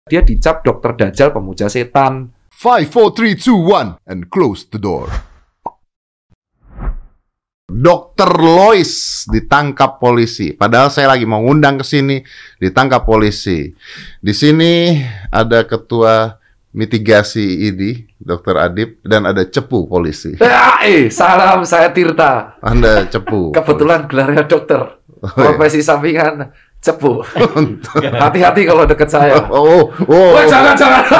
Dia dicap dokter Dajjal pemuja setan. 5, 4, 3, 2, 1, and close the door. Dr. Lois ditangkap polisi. Padahal saya lagi mau ngundang ke sini, ditangkap polisi. Di sini ada ketua mitigasi ID, Dr. Adib, dan ada cepu polisi. Salam, saya Tirta. Anda cepu. Kebetulan gelarnya dokter. Profesi sampingan cepu. Hati-hati kalau deket saya. Wah, jangan.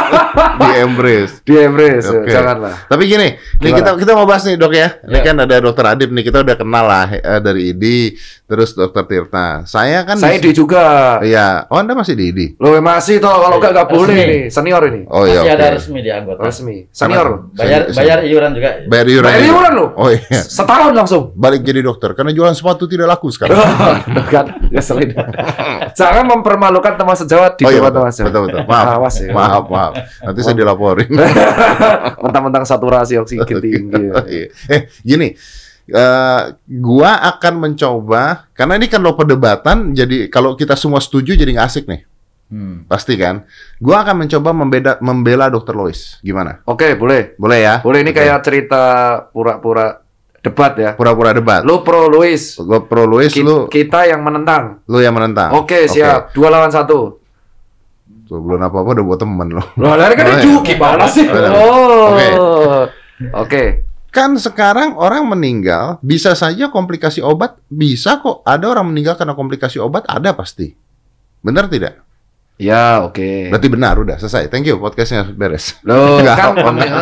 Di embrace. Okay. Janganlah. Tapi gini, nih kita mau bahas nih dok ya. Ini kan ada Dokter Adib nih, kita udah kenal lah dari ID, terus Dokter Tirta. Saya ID juga. Iya. Oh, Anda masih di ID? Loh, masih toh, kalau nggak boleh nih, senior ini. Oh iya. Masih ada resmi di anggota. Resmi. Senior. Bayar iuran juga. Bayar iuran loh. Oh iya. Setahun langsung. Balik jadi dokter karena jualan sepatu tidak laku sekarang. Kan, ngeselin. Jangan mempermalukan teman sejawat di depan teman sejawat. Betul. Maaf. Nanti saya dilaporin. Mentang-mentang saturasi oksigen tinggi. Gini, gua akan mencoba karena ini kan lo perdebatan, jadi kalau kita semua setuju jadi nggak asik nih. Pasti kan. Gua akan mencoba membela Dr. Lois. Gimana? Oke, boleh. Boleh ya? Boleh, ini kayak cerita pura-pura debat ya. Pura-pura debat. Lu pro Lois. Gua pro Lois, kita yang menentang. Lu yang menentang. Oke, siap. 2 lawan 1. Tuh, belum apa-apa udah buat temen lo. Loh, lari kan itu gimana sih? Oke. Kan sekarang orang meninggal, bisa saja komplikasi obat, bisa kok. Ada orang meninggal karena komplikasi obat, ada pasti. Benar tidak? Ya, oke. Berarti benar, udah selesai. Thank you, podcastnya beres. Loh, kan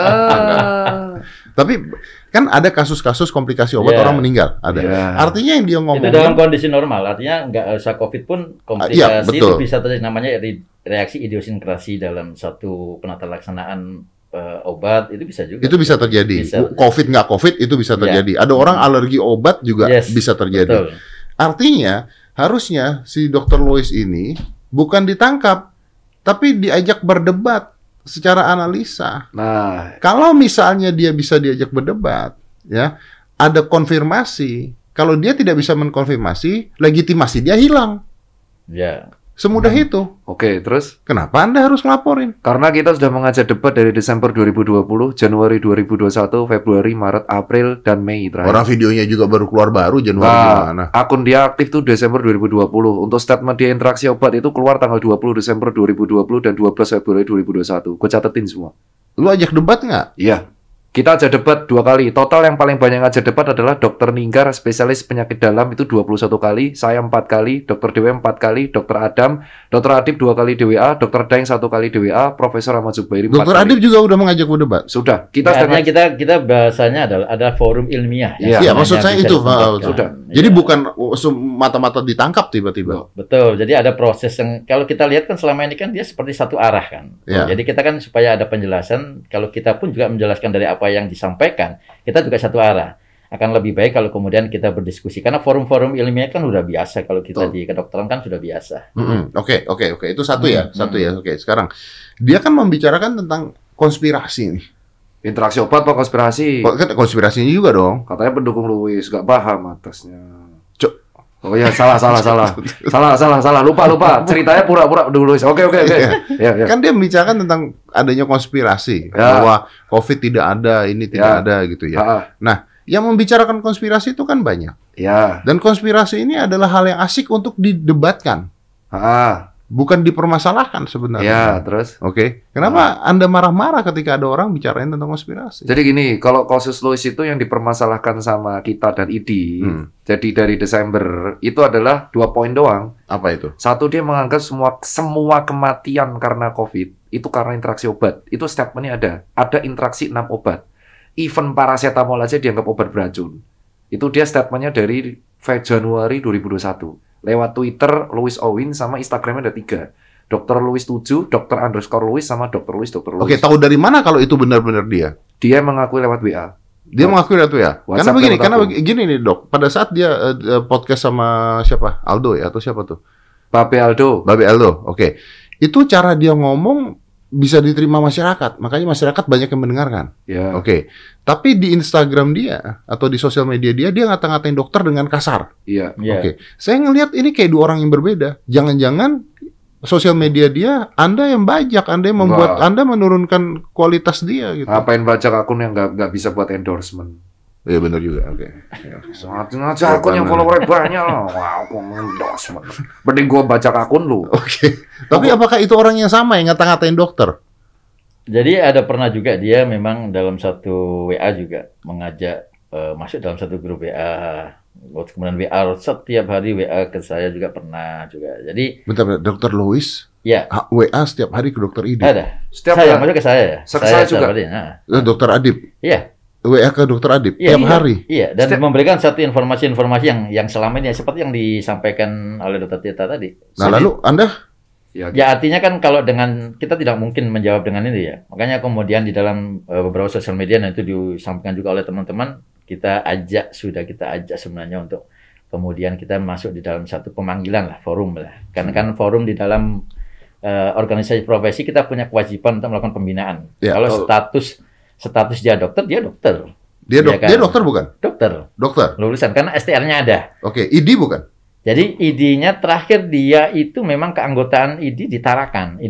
Tapi kan ada kasus-kasus komplikasi obat orang meninggal, ada. Artinya yang dia ngomong itu dalam kondisi normal, artinya nggak usah COVID pun komplikasi itu bisa terjadi, namanya reaksi idiosinkrasi dalam satu penata laksanaan obat, itu bisa juga. Itu bisa terjadi. COVID nggak COVID itu bisa terjadi. Ada orang alergi obat juga bisa terjadi. Betul. Artinya harusnya si Dr. Lois ini bukan ditangkap, tapi diajak berdebat secara analisa. Nah, kalau misalnya dia bisa diajak berdebat, ya, ada konfirmasi. Kalau dia tidak bisa mengkonfirmasi, legitimasi dia hilang. Ya. Semudah itu. Oke, terus? Kenapa Anda harus ngelaporin? Karena kita sudah mengajak debat dari Desember 2020, Januari 2021, Februari, Maret, April, dan Mei terakhir. Orang videonya juga baru keluar Januari gimana? Akun dia aktif tuh Desember 2020. Untuk statement dia interaksi obat itu keluar tanggal 20 Desember 2020 dan 12 Februari 2021. Gue catetin semua. Lu ajak debat nggak? Iya. Kita ajak debat 2 kali. Total yang paling banyak ngajak debat adalah Dr. Ninggar, spesialis penyakit dalam, itu 21 kali. Saya 4 kali, Dr. Dewe 4 kali, Dr. Adam, Dr. Adib 2 kali DWA, Dr. Daeng 1 kali DWA, Profesor Ahmad Zubairi 4 kali. Dr. Adib juga udah mengajak berdebat? Sudah. Kita bahasanya adalah forum ilmiah. Iya, maksud saya itu. Sudah. Jadi bukan mata-mata ditangkap tiba-tiba. Betul. Jadi ada proses yang kalau kita lihat kan selama ini kan dia seperti satu arah kan. Jadi kita kan supaya ada penjelasan, kalau kita pun juga menjelaskan dari apa yang disampaikan, kita juga satu arah. Akan lebih baik kalau kemudian kita berdiskusi, karena forum-forum ilmiah kan udah biasa, kalau kita di kedokteran kan sudah biasa. Oke. Itu satu ya. Oke, sekarang dia kan membicarakan tentang konspirasi nih. Interaksi obat apa konspirasi? Konspirasinya juga dong. Katanya pendukung Louis, gak paham atasnya. Oh ya, salah. Lupa. Ceritanya pura-pura dulu. Oke. Ya. Kan dia membicarakan tentang adanya konspirasi, bahwa COVID tidak ada, ini tidak ada gitu ya. Nah, yang membicarakan konspirasi itu kan banyak. Ya. Dan konspirasi ini adalah hal yang asik untuk didebatkan. Bukan dipermasalahkan sebenarnya. Ya, terus? Oke. Kenapa Anda marah-marah ketika ada orang bicarain tentang konspirasi? Jadi gini, kalau kasus Louis itu yang dipermasalahkan sama kita dan ID, jadi dari Desember, itu adalah 2 poin doang. Apa itu? 1, dia menganggap semua kematian karena COVID, itu karena interaksi obat. Itu statementnya ada. Ada interaksi 6 obat. Even paracetamol aja dianggap obat beracun. Itu dia statementnya dari Januari 2021. Lewat Twitter, Louis Owen, sama Instagramnya ada 3. Dr. Louis 7, Dr._Louis, sama Dr. Louis. Oke, tahu dari mana kalau itu benar-benar dia? Dia mengakui lewat WA. Dia mengakui lewat WA? Karena begini nih dok, pada saat dia podcast sama siapa? Aldo ya? Atau siapa tuh? Babe Aldo, oke. Itu cara dia ngomong bisa diterima masyarakat, makanya masyarakat banyak yang mendengarkan. Oke. Tapi di Instagram dia atau di sosial media dia ngata-ngatain dokter dengan kasar. Oke. Saya ngelihat ini kayak 2 orang yang berbeda. Jangan-jangan sosial media dia, Anda yang bajak, Anda yang membuat Anda menurunkan kualitas dia gitu. Ngapain bajak akun yang nggak bisa buat endorsement? Iya benar juga, oke. Sengaja akun yang follower banyak loh. Wah, aku endorsement. Mending gua bajak akun lu. Oke. Tapi apakah itu orang yang sama yang ngata-ngatain dokter? Jadi ada pernah juga dia memang dalam satu WA juga mengajak masuk dalam satu grup WA. Kemudian WA setiap hari WA ke saya juga pernah juga. Jadi bentar, Dokter Louis? Ya. WA setiap hari ke Dokter Idip? Ada. Setiap saya masuk ke saya ya. Saya juga. Dokter Adip? Iya. WA ke Dokter Adip tiap hari? Iya, dan memberikan satu informasi-informasi yang selama ini seperti yang disampaikan oleh Dokter Tirta tadi. Nah, lalu Anda? Ya, artinya kan kalau dengan kita tidak mungkin menjawab dengan ini ya. Makanya kemudian di dalam beberapa sosial media dan itu disampaikan juga oleh teman-teman, kita ajak sebenarnya untuk kemudian kita masuk di dalam satu pemanggilan lah, forum lah. Karena kan forum di dalam organisasi profesi kita punya kewajiban untuk melakukan pembinaan. Ya, kalau status dia dokter. Dia dokter bukan? Dokter. Lulusan karena STR-nya ada. Oke, ID bukan? Jadi ID-nya terakhir dia itu memang keanggotaan ID ditarakan.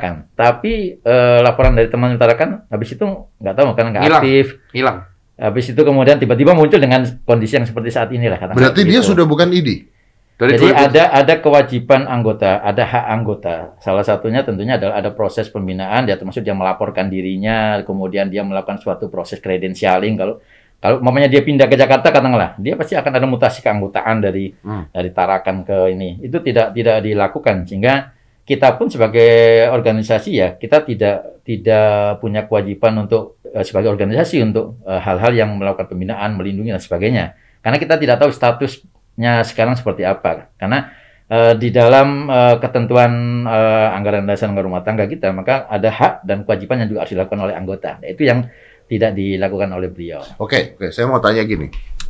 Tapi laporan dari teman ditarakan, habis itu nggak tahu karena nggak aktif. Hilang. Habis itu kemudian tiba-tiba muncul dengan kondisi yang seperti saat inilah. Berarti dia sudah bukan ID? Jadi ada kewajiban anggota, ada hak anggota. Salah satunya tentunya adalah ada proses pembinaan, dia termasuk dia melaporkan dirinya, kemudian dia melakukan suatu proses credentialing. Kalau umpamanya dia pindah ke Jakarta, katakanlah, dia pasti akan ada mutasi keanggotaan dari Tarakan ke ini. Itu tidak dilakukan, sehingga kita pun sebagai organisasi ya, kita tidak punya kewajiban untuk sebagai organisasi untuk hal-hal yang melakukan pembinaan, melindungi dan sebagainya. Karena kita tidak tahu statusnya sekarang seperti apa. Karena di dalam ketentuan anggaran dasar anggaran rumah tangga kita, maka ada hak dan kewajiban yang juga harus dilakukan oleh anggota. Nah, itu yang tidak dilakukan oleh beliau. Oke, saya mau tanya gini.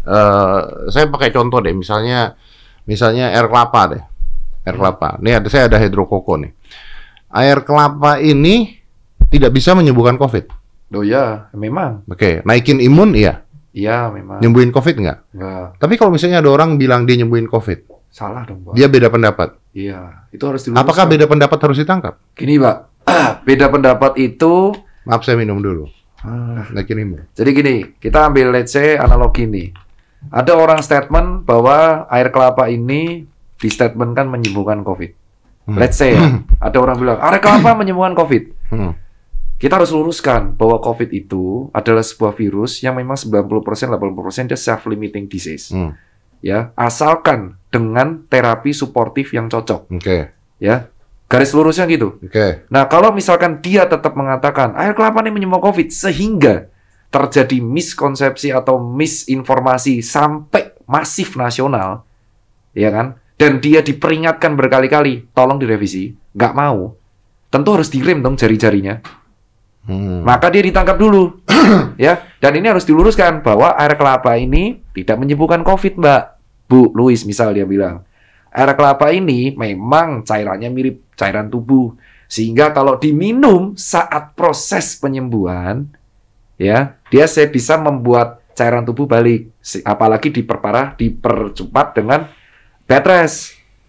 Saya pakai contoh deh, misalnya air kelapa deh. Air kelapa. Nih saya ada hidrokoko nih. Air kelapa ini tidak bisa menyembuhkan COVID. Oh ya, memang. Oke, naikin imun iya. Iya, memang. Nyembuhin COVID nggak? Nggak. Tapi kalau misalnya ada orang bilang dia nyembuhin COVID, salah dong, Pak. Dia beda pendapat. Iya, itu harus diluruskan. Apakah beda pendapat harus ditangkap? Gini, Pak. Beda pendapat itu. Maaf, saya minum dulu. Naikin imun. Jadi gini, kita ambil let's say analogi nih. Ada orang statement bahwa air kelapa ini di statement kan menyembuhkan COVID. Let's say ya, ada orang bilang air kelapa menyembuhkan COVID. Kita harus luruskan bahwa COVID itu adalah sebuah virus yang memang 90%, 80% dia self-limiting disease. Ya, asalkan dengan terapi suportif yang cocok. Ya, garis lurusnya gitu. Nah, kalau misalkan dia tetap mengatakan air kelapa ini menyembuhkan COVID sehingga terjadi miskonsepsi atau misinformasi sampai masif nasional, ya kan? Dan dia diperingatkan berkali-kali, tolong direvisi, nggak mau, tentu harus direm dong jari-jarinya. Maka dia ditangkap dulu, ya. Dan ini harus diluruskan bahwa air kelapa ini tidak menyembuhkan COVID, Mbak. Bu Louis misal dia bilang, air kelapa ini memang cairannya mirip cairan tubuh, sehingga kalau diminum saat proses penyembuhan, ya, dia bisa membuat cairan tubuh balik. Apalagi dipercepat dengan bed rest.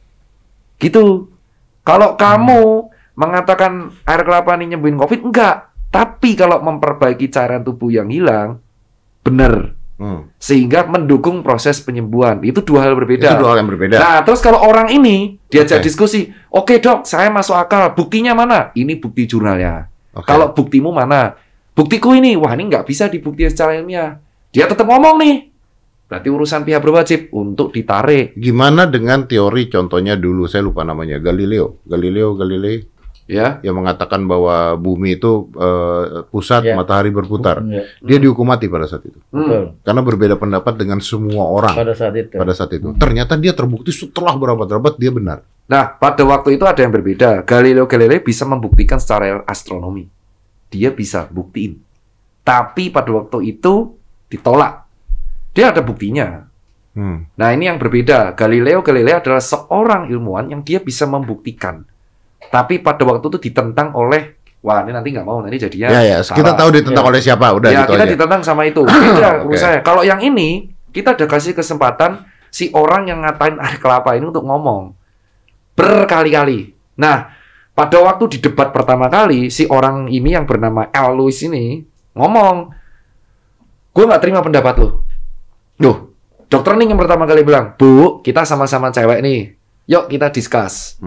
Gitu. Kalau kamu mengatakan air kelapa ini nyembuhin COVID, enggak. Tapi kalau memperbaiki cairan tubuh yang hilang, benar. Sehingga mendukung proses penyembuhan. Itu dua hal berbeda. Itu dua hal yang berbeda. Nah, terus kalau orang ini diajak diskusi, oke dok, saya masuk akal. Buktinya mana? Ini bukti jurnalnya. Kalau buktimu mana? Buktiku ini. Wah, ini nggak bisa dibuktikan secara ilmiah. Dia tetap ngomong nih. Berarti urusan pihak berwajib untuk ditarik. Gimana dengan teori contohnya dulu, saya lupa namanya, Galilei. Ya, yang mengatakan bahwa bumi itu pusat, matahari berputar. Dia dihukum mati pada saat itu. Karena berbeda pendapat dengan semua orang pada saat itu. Ternyata dia terbukti setelah berabad-abad dia benar. Nah, pada waktu itu ada yang berbeda. Galileo Galilei bisa membuktikan secara astronomi. Dia bisa buktiin. Tapi pada waktu itu ditolak. Dia ada buktinya. Nah, ini yang berbeda. Galileo Galilei adalah seorang ilmuwan yang dia bisa membuktikan. Tapi pada waktu itu ditentang oleh, wah ini nanti nggak mau, nanti jadinya kita tahu ditentang oleh siapa, udah ya, gitu kita aja. Ditentang sama itu. Saya. Kalau yang ini, kita udah kasih kesempatan si orang yang ngatain air kelapa ini untuk ngomong berkali-kali. Nah, Pada waktu di debat pertama kali, si orang ini yang bernama L. Lewis ini ngomong, gue nggak terima pendapat lo. Loh, Dokter Ning yang pertama kali bilang, Bu, kita sama-sama cewek nih, yuk kita discuss.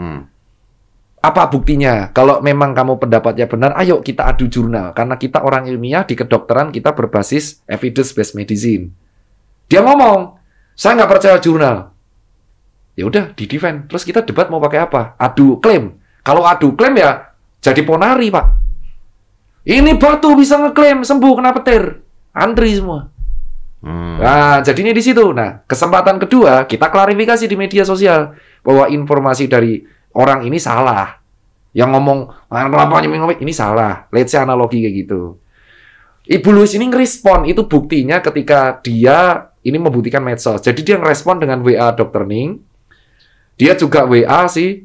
Apa buktinya? Kalau memang kamu pendapatnya benar, ayo kita adu jurnal. Karena kita orang ilmiah di kedokteran, kita berbasis evidence-based medicine. Dia ngomong, saya nggak percaya jurnal. Ya udah, di-defend. Terus kita debat mau pakai apa? Adu klaim. Kalau adu klaim ya jadi ponari, Pak. Ini batu bisa ngeklaim sembuh kena petir. Antri semua. Nah, jadinya di situ. Nah, kesempatan kedua kita klarifikasi di media sosial bahwa informasi dari orang ini salah. Yang ngomong ini salah. Let's say analogi kayak gitu. Ibu Louis ini ngerespon, itu buktinya ketika dia ini membuktikan medsos. Jadi dia ngerespon dengan WA Dr. Ning. Dia juga WA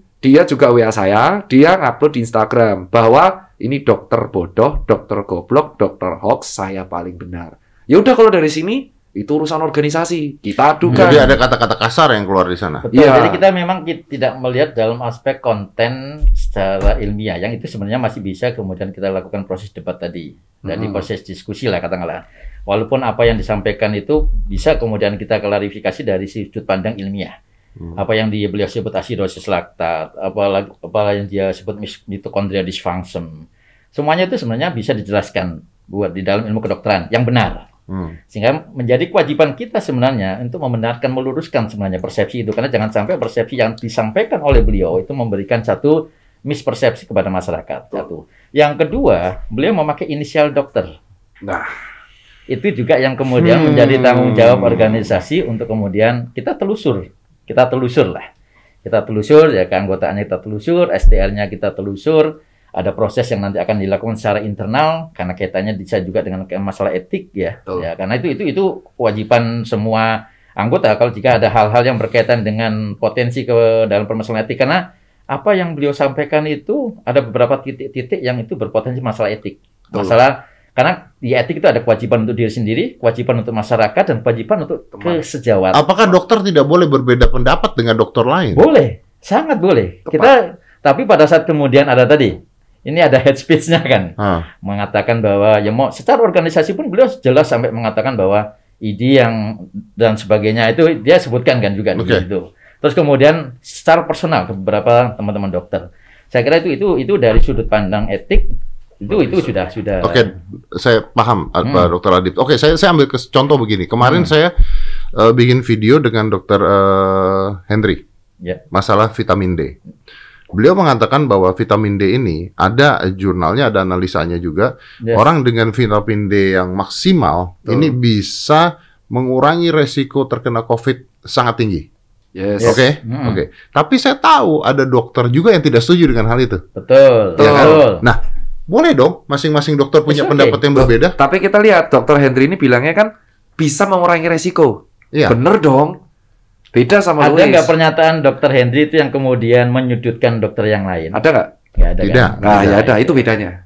saya, dia ngupload di Instagram bahwa ini dokter bodoh, dokter goblok, dokter hoax, saya paling benar. Ya udah kalau dari sini itu urusan organisasi, kita adukan. Jadi ada kata-kata kasar yang keluar di sana. Betul. Ya. Jadi kita memang tidak melihat dalam aspek konten secara ilmiah, yang itu sebenarnya masih bisa kemudian kita lakukan proses debat tadi, jadi proses diskusi lah katakanlah. Walaupun apa yang disampaikan itu bisa kemudian kita klarifikasi dari sudut pandang ilmiah. Apa yang beliau sebut acidosis laktat, apa yang dia sebut mitokondria dysfunction, semuanya itu sebenarnya bisa dijelaskan buat di dalam ilmu kedokteran yang benar. Sehingga menjadi kewajiban kita sebenarnya untuk membenarkan, meluruskan sebenarnya persepsi itu, karena jangan sampai persepsi yang disampaikan oleh beliau itu memberikan satu mispersepsi kepada masyarakat. Satu. Yang kedua, beliau memakai inisial dokter. Nah, itu juga yang kemudian menjadi tanggung jawab organisasi untuk kemudian kita telusur lah. Kita telusur ya, keanggotaannya kita telusur, STR-nya kita telusur. Ada proses yang nanti akan dilakukan secara internal karena kaitannya bisa juga dengan masalah etik ya. Ya, karena itu kewajiban semua anggota kalau jika ada hal-hal yang berkaitan dengan potensi ke dalam permasalahan etik, karena apa yang beliau sampaikan itu ada beberapa titik-titik yang itu berpotensi masalah etik. Masalah karena di etik itu ada kewajiban untuk diri sendiri, kewajiban untuk masyarakat, dan kewajiban untuk kesejahteraan. Apakah dokter tidak boleh berbeda pendapat dengan dokter lain? Boleh, sangat boleh. Tapi pada saat kemudian ada tadi, ini ada head speech-nya kan, mengatakan bahwa ya mau secara organisasi pun beliau jelas sampai mengatakan bahwa ID yang dan sebagainya itu dia sebutkan kan juga di situ. Terus kemudian secara personal ke beberapa teman-teman dokter. Saya kira itu dari sudut pandang etik itu sudah. Oke, saya paham Pak Dr. Adip. Oke, saya ambil contoh begini. Kemarin saya bikin video dengan Dr. Henry. Masalah vitamin D. Beliau mengatakan bahwa vitamin D ini ada jurnalnya, ada analisanya juga. Orang dengan vitamin D yang maksimal ini bisa mengurangi resiko terkena COVID sangat tinggi. Oke. Tapi saya tahu ada dokter juga yang tidak setuju dengan hal itu. Betul. Nah, boleh dong masing-masing dokter punya pendapat yang berbeda. Tapi kita lihat Dr. Henry ini bilangnya kan bisa mengurangi resiko. Bener dong. Beda sama Louis. Ada nggak pernyataan Dr. Henry itu yang kemudian menyudutkan dokter yang lain? Ada nggak? Nggak ada. Tidak. Kan? Nah, ya ada. Itu bedanya.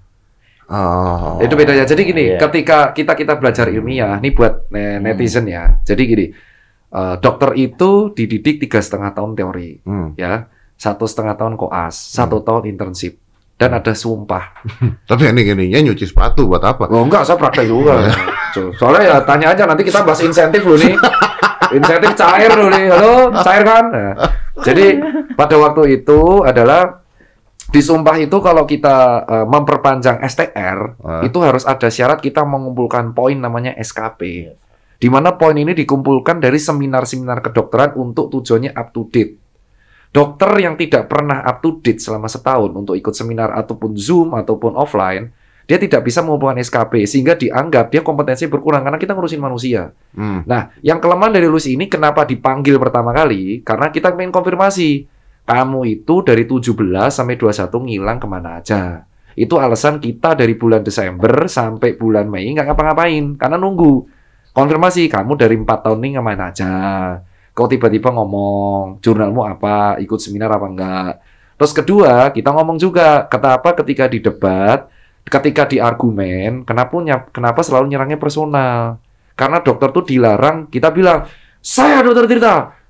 Itu bedanya. Jadi gini, ketika kita belajar ilmiah, ini buat netizen ya. Jadi gini, dokter itu dididik 3,5 tahun teori, ya, 1,5 tahun koas, 1 tahun internship, dan ada sumpah. Tapi ini nyuci sepatu buat apa? Oh enggak, saya praktek juga. Soalnya ya tanya aja, nanti kita bahas insentif loh nih. Insentif cair loh nih. Halo, cair kan? Nah, jadi pada waktu itu adalah di sumpah itu kalau kita memperpanjang STR, itu harus ada syarat kita mengumpulkan poin namanya SKP. Di mana poin ini dikumpulkan dari seminar-seminar kedokteran untuk tujuannya up to date. Dokter yang tidak pernah up to date selama setahun untuk ikut seminar ataupun Zoom ataupun offline, dia tidak bisa mengumpulkan SKP, sehingga dianggap dia kompetensi berkurang karena kita ngurusin manusia. Nah, yang kelemahan dari Lucy ini kenapa dipanggil pertama kali? Karena kita ingin konfirmasi, kamu itu dari 17 sampai 21 ngilang kemana aja. Itu alasan kita dari bulan Desember sampai bulan Mei nggak ngapa-ngapain, karena nunggu. Konfirmasi, kamu dari 4 tahun ini kemana aja. Kau tiba-tiba ngomong, jurnalmu apa, ikut seminar apa enggak. Terus kedua, kita ngomong juga, kenapa ketika di debat, ketika di argumen, kenapa selalu nyerangnya personal? Karena dokter tuh dilarang, kita bilang, saya Dokter Tirta,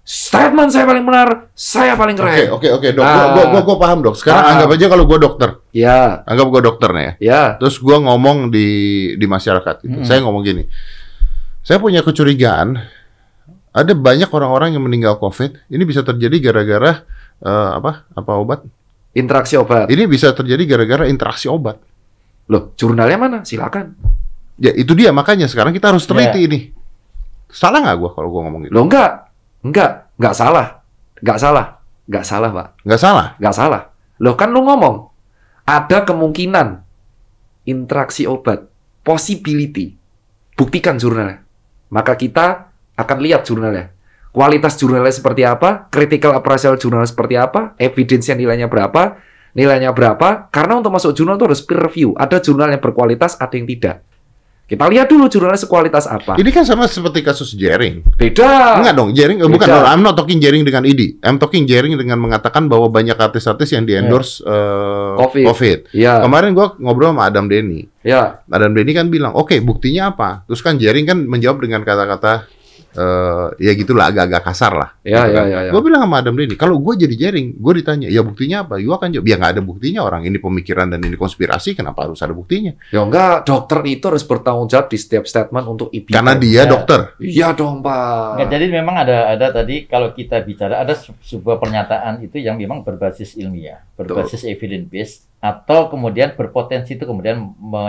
statement saya paling benar, saya paling keren. Oke, dok. Gue paham, dok. Sekarang anggap aja kalau gue dokter. Ya. Anggap gue dokter nih ya. Ya. Terus gue ngomong di masyarakat gitu. Saya ngomong gini. Saya punya kecurigaan ada banyak orang-orang yang meninggal COVID. Ini bisa terjadi gara-gara apa obat? Interaksi obat. Ini bisa terjadi gara-gara interaksi obat. Loh, jurnalnya mana? Silakan. Ya, itu dia makanya sekarang kita harus teliti ini. Salah nggak gue kalau gue ngomong gitu? Loh, enggak salah. Enggak salah, Pak. Enggak salah. Loh, kan lu ngomong ada kemungkinan interaksi obat, possibility. Buktikan jurnalnya. Maka kita akan lihat jurnalnya. Kualitas jurnalnya seperti apa, critical appraisal jurnal seperti apa, evidence-nya nilainya berapa, karena untuk masuk jurnal itu harus peer review. Ada jurnal yang berkualitas, ada yang tidak. Kita lihat dulu jurnalnya sekualitas apa. Ini kan sama seperti kasus Jering. Beda. Enggak dong, Jering bukan. I'm not talking Jering dengan ID. I'm talking Jering dengan mengatakan bahwa banyak artis-artis yang di-endorse COVID. Yeah. Kemarin gua ngobrol sama Adam Denny. Yeah. Adam Denny kan bilang, oke, buktinya apa? Terus kan Jering kan menjawab dengan kata-kata ya gitulah, agak-agak kasar lah. Ya. Gue bilang sama Adam Denny, kalau gue jadi Jering, gue ditanya, ya buktinya apa? Gue akan jawab, ya nggak ada buktinya, orang ini pemikiran dan ini konspirasi, kenapa harus ada buktinya? Ya enggak, dokter itu harus bertanggung jawab di setiap statement untuk IPM. Karena dia dokter. Iya dong, Pak. Nggak, jadi memang ada tadi kalau kita bicara ada sebuah pernyataan itu yang memang berbasis ilmiah, berbasis evidence based, atau kemudian berpotensi itu kemudian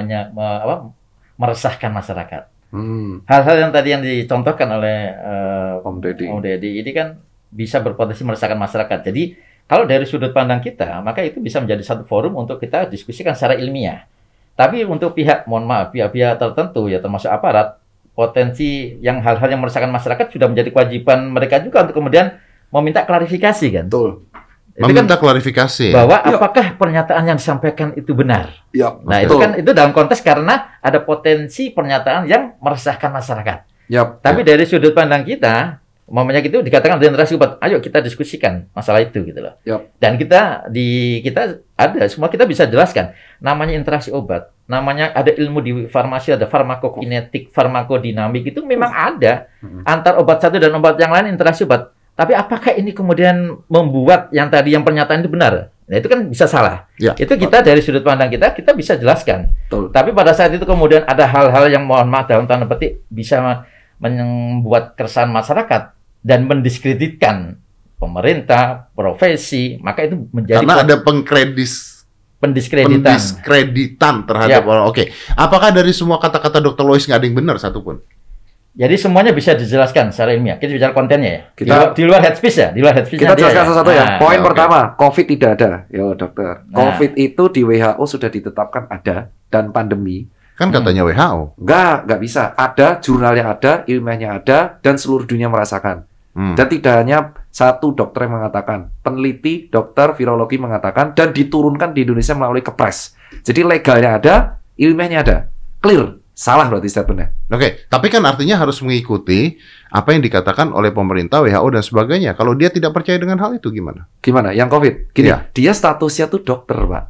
meresahkan masyarakat. Hal-hal yang tadi yang dicontohkan oleh Om Deddy ini kan bisa berpotensi meresahkan masyarakat. Jadi kalau dari sudut pandang kita, maka itu bisa menjadi satu forum untuk kita diskusikan secara ilmiah. Tapi untuk pihak tertentu ya termasuk aparat, potensi yang hal-hal yang meresahkan masyarakat sudah menjadi kewajiban mereka juga untuk kemudian meminta klarifikasi kan. Betul. Meminta klarifikasi bahwa apakah pernyataan yang disampaikan itu benar. Ya, nah, itu kan itu dalam konteks karena ada potensi pernyataan yang meresahkan masyarakat. Tapi dari sudut pandang kita, umpamanya gitu dikatakan interaksi obat, ayo kita diskusikan masalah itu gitu loh. Dan kita ada semua kita bisa jelaskan namanya interaksi obat, namanya ada ilmu di farmasi, ada farmakokinetik, farmakodinamik, itu memang ada antar obat satu dan obat yang lain interaksi obat. Tapi apakah ini kemudian membuat yang tadi yang pernyataan itu benar? Nah, itu kan bisa salah. Itu kita dari sudut pandang kita bisa jelaskan. Tapi pada saat itu kemudian ada hal-hal yang mohon maaf dalam tanda petik bisa membuat keresahan masyarakat dan mendiskreditkan pemerintah, profesi, maka itu menjadi karena ada pendiskreditan terhadap orang. Oke. Apakah dari semua kata-kata Dr. Lois nggak ada yang benar satupun? Jadi semuanya bisa dijelaskan secara ilmiah. Kita bicara kontennya ya. Di luar head speech ya. Di luar head speech. Kita jelaskan satu-satu ya. Poin pertama, COVID tidak ada. Ya dokter. COVID itu di WHO sudah ditetapkan ada dan pandemi. Kan katanya WHO. Enggak bisa. Ada, jurnalnya ada, ilmiahnya ada, dan seluruh dunia merasakan. Dan tidak hanya satu dokter yang mengatakan. Peneliti, dokter, virologi mengatakan, dan diturunkan di Indonesia melalui Kepres. Jadi legalnya ada, ilmiahnya ada. Clear. Salah berarti statementnya. Oke, tapi kan artinya harus mengikuti apa yang dikatakan oleh pemerintah, WHO dan sebagainya. Kalau dia tidak percaya dengan hal itu gimana? Gimana? Yang COVID? Gini, dia statusnya tuh dokter, Pak.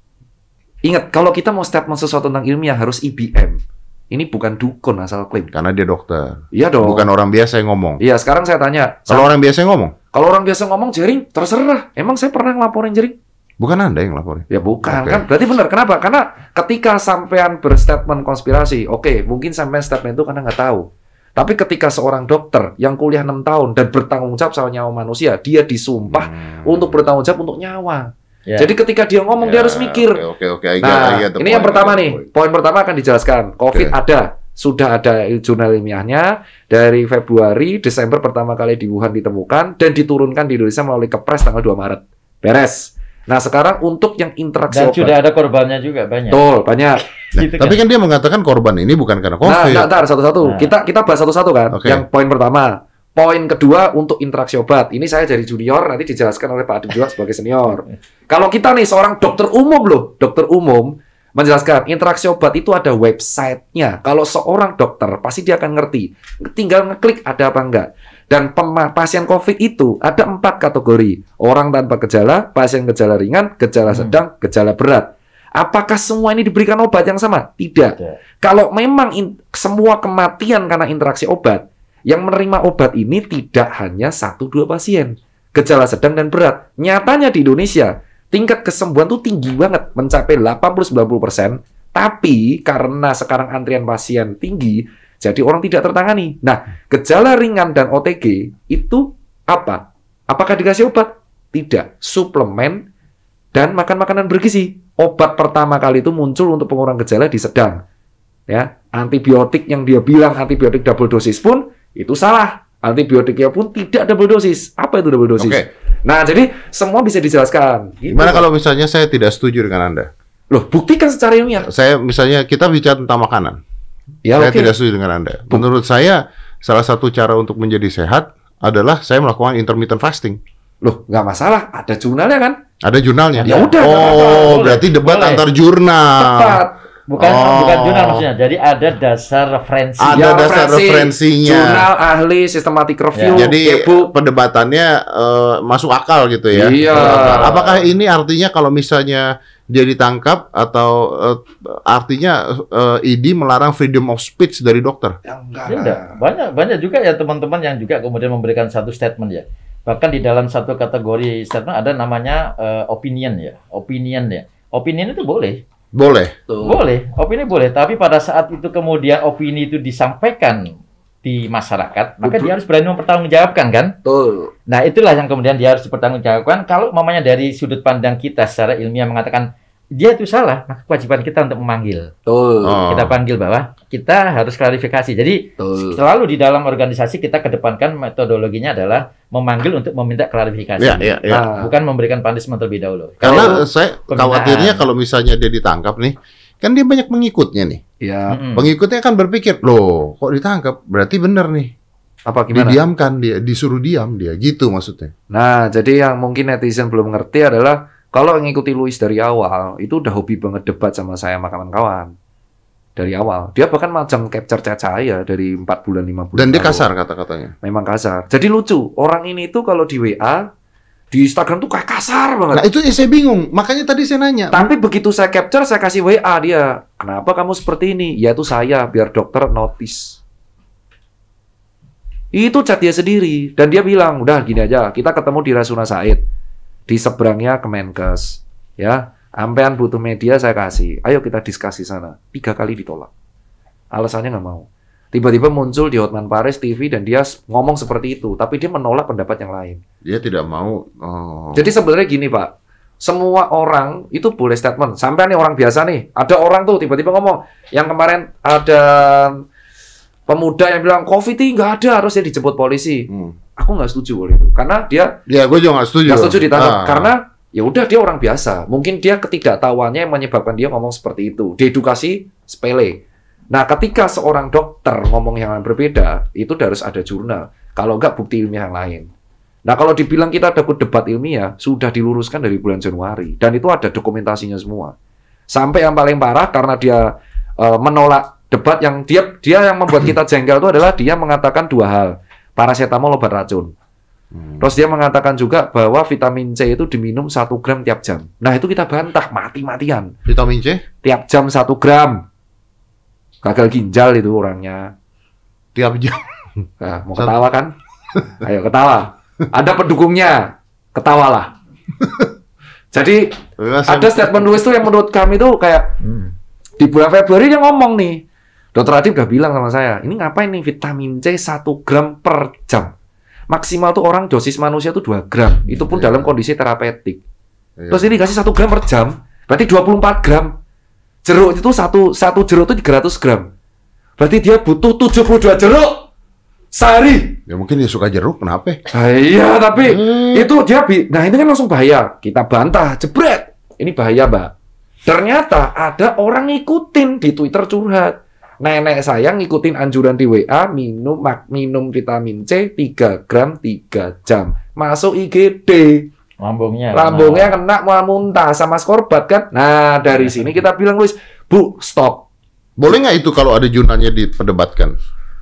Ingat, kalau kita mau statement sesuatu tentang ilmiah harus IBM. Ini bukan dukun asal klaim. Karena dia dokter. Iya dong. Bukan orang biasa yang ngomong. Iya, sekarang saya tanya. Kalau orang biasa yang ngomong? Kalau orang biasa ngomong, Jering, terserah. Emang saya pernah ngelaporin Jering? Bukan Anda yang laporin. Ya bukan, kan berarti benar. Kenapa? Karena ketika sampean berstatement konspirasi, oke, mungkin sampean statement itu karena nggak tahu. Tapi ketika seorang dokter yang kuliah 6 tahun dan bertanggung jawab sama nyawa manusia, dia disumpah untuk bertanggung jawab untuk nyawa. Jadi ketika dia ngomong, dia harus mikir. Nah, ini yang pertama nih. Poin pertama akan dijelaskan. COVID ada. Sudah ada jurnal ilmiahnya dari Februari, Desember pertama kali di Wuhan ditemukan dan diturunkan di Indonesia melalui Kepres tanggal 2 Maret. Beres. Nah, sekarang untuk yang interaksi dan sudah ada korbannya juga banyak. Betul, banyak. Gitu tapi kan dia mengatakan korban ini bukan karena COVID. Nah, ntar satu-satu. Kita bahas satu-satu kan. Yang poin pertama. Poin kedua untuk interaksi obat. Ini saya dari junior, nanti dijelaskan oleh Pak Adib juga sebagai senior. Kalau kita nih seorang dokter umum loh, dokter umum menjelaskan interaksi obat itu ada websitenya. Kalau seorang dokter pasti dia akan ngerti. Tinggal ngeklik ada apa enggak. Dan pasien COVID itu ada 4 kategori. Orang tanpa gejala, pasien gejala ringan, gejala sedang, gejala berat. Apakah semua ini diberikan obat yang sama? Tidak. Kalau memang semua kematian karena interaksi obat, Yang menerima obat ini tidak hanya 1-2 pasien, gejala sedang dan berat. Nyatanya di Indonesia, tingkat kesembuhan tuh tinggi banget, mencapai 80-90%. Tapi karena sekarang antrian pasien tinggi, jadi orang tidak tertangani. Nah, gejala ringan dan OTG itu apa? Apakah dikasih obat? Tidak. Suplemen dan makan makanan bergizi. Obat pertama kali itu muncul untuk pengurang gejala di sedang. Ya, antibiotik yang dia bilang antibiotik double dosis pun itu salah. Antibiotiknya pun tidak double dosis. Apa itu double dosis? Nah, jadi semua bisa dijelaskan. Gimana kalau misalnya saya tidak setuju dengan Anda? Loh, buktikan secara ilmiah. Saya misalnya kita bicara tentang makanan. Ya, saya tidak setuju dengan Anda. Menurut saya, salah satu cara untuk menjadi sehat adalah saya melakukan intermittent fasting. Loh, nggak masalah. Ada jurnalnya kan? Ada jurnalnya? Ya udah. Berarti debat antar jurnal. Tepat. Bukan jurnal maksudnya. Jadi ada dasar referensi. Ada dasar referensinya. Jurnal, ahli, systematic review. Ya. Jadi perdebatannya masuk akal gitu ya. Iya. Apakah ini artinya kalau misalnya dia ditangkap atau artinya ID melarang freedom of speech dari dokter? Ya, enggak. Banyak juga ya teman-teman yang juga kemudian memberikan satu statement ya. Bahkan di dalam satu kategori statement ada namanya opinion ya. Opinion itu boleh. Boleh, opini boleh. Tapi pada saat itu kemudian opini itu disampaikan di masyarakat, maka dia harus berani mempertanggungjawabkan kan? Betul. Nah, itulah yang kemudian dia harus dipertanggungjawabkan. Kalau mamanya dari sudut pandang kita secara ilmiah mengatakan dia itu salah, maka kewajiban kita untuk memanggil. Kita panggil bahwa kita harus klarifikasi. Jadi selalu di dalam organisasi kita kedepankan metodologinya adalah memanggil untuk meminta klarifikasi. Bukan memberikan punishment terlebih dahulu. Karena saya khawatirnya kalau misalnya dia ditangkap nih, kan dia banyak pengikutnya nih. Ya. Pengikutnya kan berpikir, loh kok ditangkap? Berarti benar nih. Apa gimana? Didiamkan dia, disuruh diam dia, gitu maksudnya. Nah, jadi yang mungkin netizen belum ngerti adalah kalau ngikuti Louis dari awal, itu udah hobi banget debat sama saya sama kawan-kawan. Dari awal. Dia bahkan macam capture chat saya dari 4 bulan, 5 bulan. Dan dia kasar kata-katanya. Memang kasar. Jadi lucu. Orang ini tuh kalau di WA, di Instagram tuh kayak kasar banget. Nah itu saya bingung. Makanya tadi saya nanya. Tapi begitu saya capture, saya kasih WA dia. Kenapa kamu seperti ini? Ya itu saya, biar dokter notice. Itu chat dia sendiri. Dan dia bilang, udah gini aja. Kita ketemu di Rasuna Said. Di seberangnya Kemenkes, ya, ampean butuh media saya kasih, ayo kita diskusi sana. 3 kali ditolak, alasannya nggak mau. Tiba-tiba muncul di Hotman Paris TV dan dia ngomong seperti itu, tapi dia menolak pendapat yang lain. Dia tidak mau. Jadi sebenarnya gini Pak, semua orang itu boleh statement. Sampai nih orang biasa nih, ada orang tuh tiba-tiba ngomong, yang kemarin ada pemuda yang bilang COVID ini nggak ada, harusnya dijemput polisi. Aku nggak setuju oleh itu, karena dia. Ya, gue juga nggak setuju. Nggak setuju ditangkap, karena ya udah dia orang biasa. Mungkin dia ketidaktahuannya yang menyebabkan dia ngomong seperti itu. Diedukasi sepele. Nah, ketika seorang dokter ngomong yang berbeda, itu harus ada jurnal. Kalau nggak bukti ilmiah yang lain. Nah, kalau dibilang kita takut debat ilmiah, sudah diluruskan dari bulan Januari, dan itu ada dokumentasinya semua. Sampai yang paling parah karena dia menolak debat yang dia yang membuat kita jengkel itu adalah dia mengatakan 2 hal. Paracetamol obat racun. Terus dia mengatakan juga bahwa vitamin C itu diminum 1 gram tiap jam. Nah itu kita bantah mati-matian. Vitamin C? Tiap jam 1 gram. Gagal ginjal itu orangnya. Tiap jam? Nah, mau ketawa kan? Ayo ketawa. Ada pendukungnya. Ketawalah. Jadi ada statement Louis itu yang menurut kami itu kayak di bulan Februari dia ngomong nih. Dokter Adib udah bilang sama saya, ini ngapain nih vitamin C 1 gram per jam. Maksimal tuh orang dosis manusia tuh 2 gram. Itu pun dalam kondisi terapeutik. Terus ini dikasih 1 gram per jam, berarti 24 gram. Jeruk itu satu jeruk itu 300 gram. Berarti dia butuh 72 jeruk sehari. Ya mungkin dia suka jeruk, kenapa? Iya, tapi itu dia nah ini kan langsung bahaya. Kita bantah, jebret. Ini bahaya, Mbak. Ternyata ada orang ngikutin di Twitter curhat. Nenek saya ngikutin anjuran di WA, minum vitamin C 3 gram 3 jam. Masuk IGD. Lambungnya kena mau muntah sama skorbat kan. Nah, dari sini kita bilang, Luis, Bu, stop. Boleh nggak itu kalau ada jurnalnya diperdebatkan?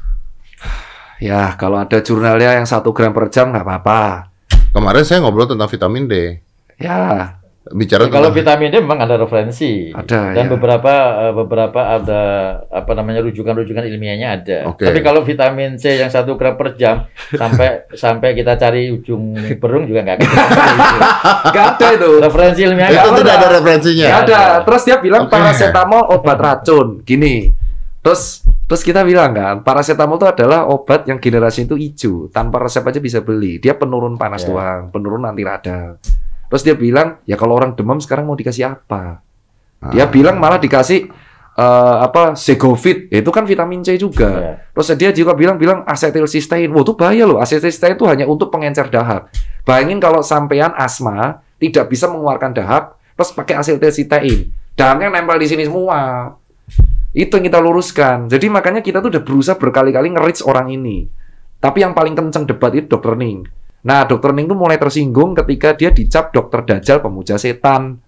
Ya, kalau ada jurnalnya yang 1 gram per jam nggak apa-apa. Kemarin saya ngobrol tentang vitamin D. Ya. bicara kalau vitamin D memang ada referensi. Ada, dan ya. beberapa ada apa namanya rujukan-rujukan ilmiahnya ada. Tapi kalau vitamin C yang 1 gram per jam sampai kita cari ujung berung juga nggak ada. Nggak ada itu. Referensi ilmiah itu tidak ada referensinya. Nggak ada. Terus dia bilang paracetamol obat racun. Gini. Terus kita bilang kan, paracetamol itu adalah obat yang generasi itu hijau, tanpa resep aja bisa beli. Dia penurun panas doang, penurun anti radang. Terus dia bilang, ya kalau orang demam sekarang mau dikasih apa? Dia bilang malah dikasih Segovit, itu kan vitamin C juga. Terus dia juga bilang asetilsistein. Wah, itu bahaya loh. Asetilsistein itu hanya untuk pengencer dahak. Bayangin kalau sampean asma tidak bisa mengeluarkan dahak, terus pakai asetilsistein. Dahaknya nempel di sini semua. Itu yang kita luruskan. Jadi makanya kita tuh udah berusaha berkali-kali nge-reach orang ini. Tapi yang paling kenceng debat itu Dr. Ning. Nah, Dr. Ning tuh mulai tersinggung ketika dia dicap Dr. Dajjal pemuja setan.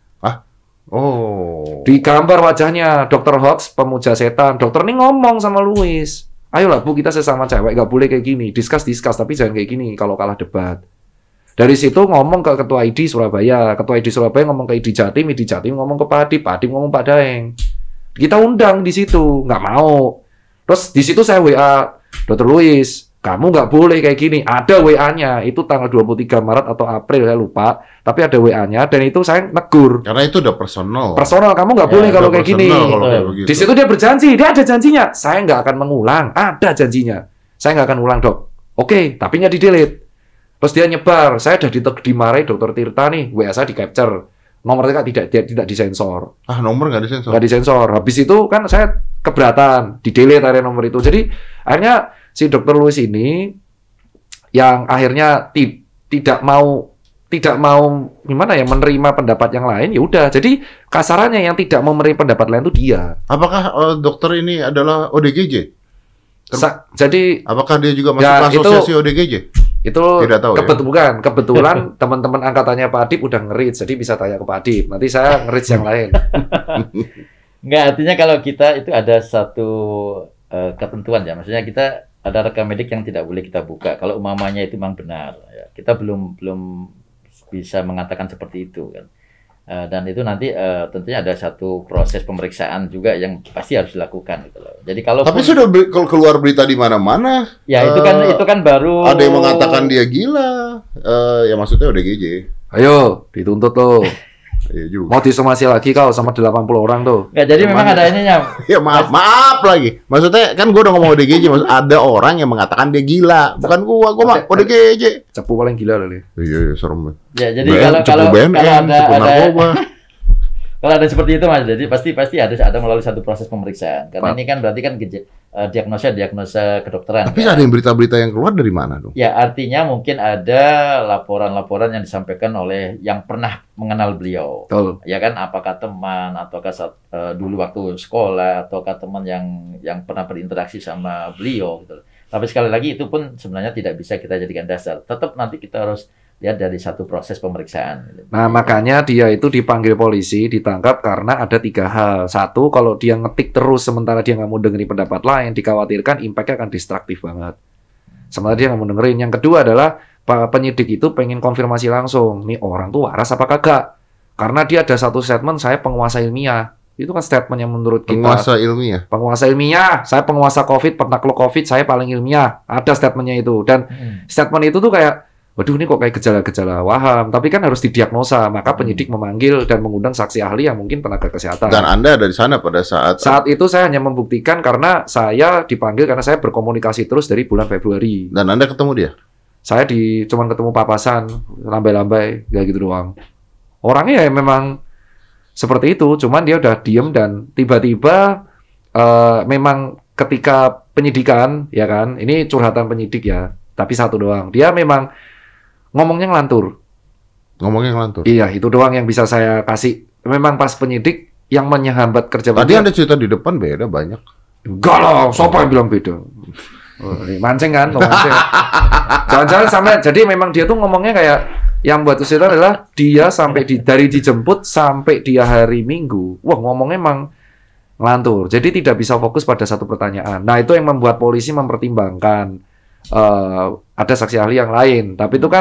Di gambar wajahnya Dr. Hoax pemuja setan. Dr. Ning ngomong sama Louis, ayolah Bu, kita sesama cewek gak boleh kayak gini. Discuss, tapi jangan kayak gini kalau kalah debat. Dari situ ngomong ke Ketua ID Surabaya. Ketua ID Surabaya ngomong ke ID Jatim ngomong ke Pak Adip ngomong Pak Daeng. Kita undang di situ, nggak mau. Terus di situ saya WA Dr. Louis, kamu nggak boleh kayak gini. Ada WA-nya, itu tanggal 23 Maret atau April, saya lupa. Tapi ada WA-nya, dan itu saya negur. Karena itu udah personal. Personal, kamu nggak boleh kalau kayak gini. Di situ dia berjanji, dia ada janjinya. Saya nggak akan mengulang, ada janjinya. Saya nggak akan ulang, Dok. Oke, tapi nggak di-delete. Terus dia nyebar, saya udah dimarahi Dr. Tirta nih, WA saya di-capture. Nomornya tidak disensor. Nomor nggak disensor? Nggak disensor. Habis itu kan saya keberatan, di-delete area nomor itu. Jadi akhirnya si Dr. Louis ini yang akhirnya tidak mau gimana ya menerima pendapat yang lain, ya udah. Jadi kasarannya yang tidak mau menerima pendapat lain itu dia. Apakah dokter ini adalah ODGJ? Jadi apakah dia juga masuk asosiasi ODGJ? Itu tidak tahu, kebetulan teman-teman angkatannya Pak Adip udah nge-reach, jadi bisa tanya ke Pak Adip. Nanti saya nge-reach yang lain. Enggak, artinya kalau kita itu ada satu ketentuan ya. Maksudnya kita ada rekam medik yang tidak boleh kita buka. Kalau umpamanya itu memang benar, ya, kita belum bisa mengatakan seperti itu kan. Dan itu nanti tentunya ada satu proses pemeriksaan juga yang pasti harus dilakukan gitu loh. Jadi kalau tapi sudah keluar berita di mana-mana. Ya itu kan baru ada yang mengatakan dia gila. Ya maksudnya ODGJ. Ayo dituntut loh. Iya juga. Mau disomasi lagi kau sama 80 orang tuh. Nggak, jadi memang ada ininya. Ya maaf lagi. Maksudnya kan gue udah ngomong ODGJ, maksud ada orang yang mengatakan dia gila. Bukan gua mah ODGJ. Cepu paling gila kali. Iya serem. Ya jadi kalau ada seperti itu Mas, jadi pasti ada melalui satu proses pemeriksaan. Karena ini kan berarti kan diagnosa kedokteran. Tapi kan? Ada yang berita-berita yang keluar dari mana dong? Ya artinya mungkin ada laporan-laporan yang disampaikan oleh yang pernah mengenal beliau. Betul. Ya kan, apakah teman ataukah dulu waktu sekolah ataukah teman yang pernah berinteraksi sama beliau gitu. Tapi sekali lagi itu pun sebenarnya tidak bisa kita jadikan dasar. Tetap nanti kita harus lihat dari satu proses pemeriksaan. Nah, makanya dia itu dipanggil polisi, ditangkap karena ada 3 hal. Satu, kalau dia ngetik terus sementara dia nggak mau dengerin pendapat lain, dikhawatirkan impact-nya akan destruktif banget. Sementara dia nggak mau dengerin. Yang kedua adalah penyidik itu pengen konfirmasi langsung, nih orang tuh waras apa kagak? Karena dia ada satu statement, saya penguasa ilmiah. Itu kan statement yang menurut kita. Penguasa ilmiah. Saya penguasa COVID, penakluk COVID, saya paling ilmiah. Ada statementnya itu. Dan statement itu tuh kayak, waduh ini kok kayak gejala-gejala waham, tapi kan harus didiagnosa, maka penyidik memanggil dan mengundang saksi ahli yang mungkin tenaga kesehatan. Dan Anda ada di sana pada saat itu saya hanya membuktikan karena saya dipanggil karena saya berkomunikasi terus dari bulan Februari. Dan Anda ketemu dia? Saya cuman ketemu papasan, lambai-lambai, gak gitu doang. Orangnya ya memang seperti itu, cuman dia udah diem dan tiba-tiba memang ketika penyidikan, ya kan, ini curhatan penyidik ya, tapi satu doang, dia memang ngomongnya ngelantur. Iya, itu doang yang bisa saya kasih. Memang pas penyidik yang menghambat kerja. Tadi Anda cerita di depan beda banyak. Enggak lah, siapa yang bilang beda? Mancing kan, mancing. Jangan-jangan sampai, jadi memang dia tuh ngomongnya kayak, yang buat cerita adalah dia sampai dari dijemput sampai dia hari Minggu. Wah, ngomongnya emang ngelantur. Jadi tidak bisa fokus pada satu pertanyaan. Nah, itu yang membuat polisi mempertimbangkan ada saksi ahli yang lain, tapi itu kan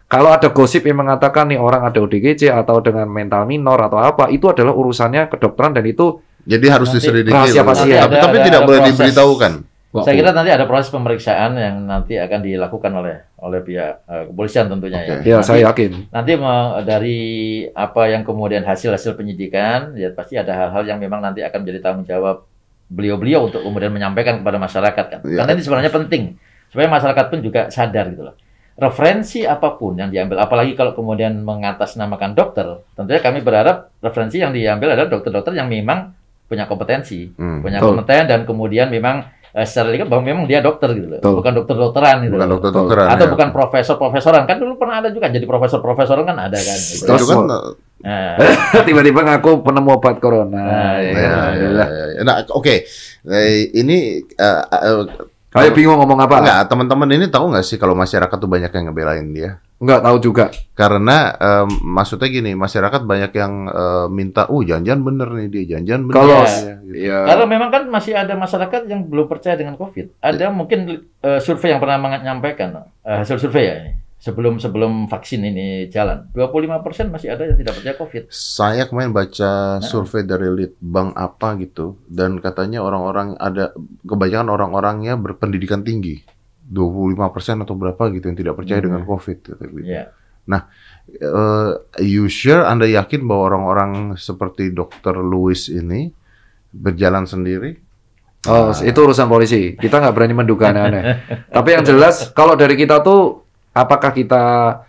Kalau ada gosip yang mengatakan nih orang ada ODGJ atau dengan mental minor atau apa, itu adalah urusannya kedokteran dan itu jadi harus diselidiki. Rahasia pasien. Tapi tidak boleh diberitahukan. Saya kira nanti ada proses pemeriksaan yang nanti akan dilakukan oleh pihak kepolisian tentunya ya. Ya, saya yakin. Nanti dari apa yang kemudian hasil penyidikan, ya pasti ada hal-hal yang memang nanti akan menjadi tanggung jawab beliau-beliau untuk kemudian menyampaikan kepada masyarakat kan. Ya. Karena ini sebenarnya penting supaya masyarakat pun juga sadar gitu loh. Referensi apapun yang diambil, apalagi kalau kemudian mengatasnamakan dokter, tentunya kami berharap referensi yang diambil adalah dokter-dokter yang memang punya kompetensi, punya kompeten dan kemudian memang secara legal bahwa memang dia dokter gitu loh, bukan dokter-dokteran gitu. Bukan dokter-dokteran atau bukan profesor-profesoran. Kan dulu pernah ada juga jadi profesor-profesoran kan ada kan. Gitu. Terus kan tiba-tiba ngaku penemu obat corona. Nah, oke. Ini Kayak bingung ngomong apa? Enggak, teman-teman ini tahu nggak sih kalau masyarakat tuh banyak yang ngebelain dia? Nggak tahu juga. Karena maksudnya gini, masyarakat banyak yang minta, jangan-jangan bener nih dia, jangan-jangan bener. Kalau gitu. Karena memang kan masih ada masyarakat yang belum percaya dengan COVID. Ada mungkin survei yang pernah menyampaikan hasil survei ya ini. Sebelum vaksin ini jalan, 25% masih ada yang tidak percaya COVID. Saya kemarin baca survei dari Litbang apa gitu, dan katanya kebanyakan orang-orangnya berpendidikan tinggi. 25% atau berapa gitu yang tidak percaya dengan COVID. Gitu. Yeah. Nah, you sure Anda yakin bahwa orang-orang seperti Dr. Louis ini berjalan sendiri? Oh, itu urusan polisi. Kita nggak berani menduga aneh-aneh. Tapi yang jelas, kalau dari kita tuh, apakah kita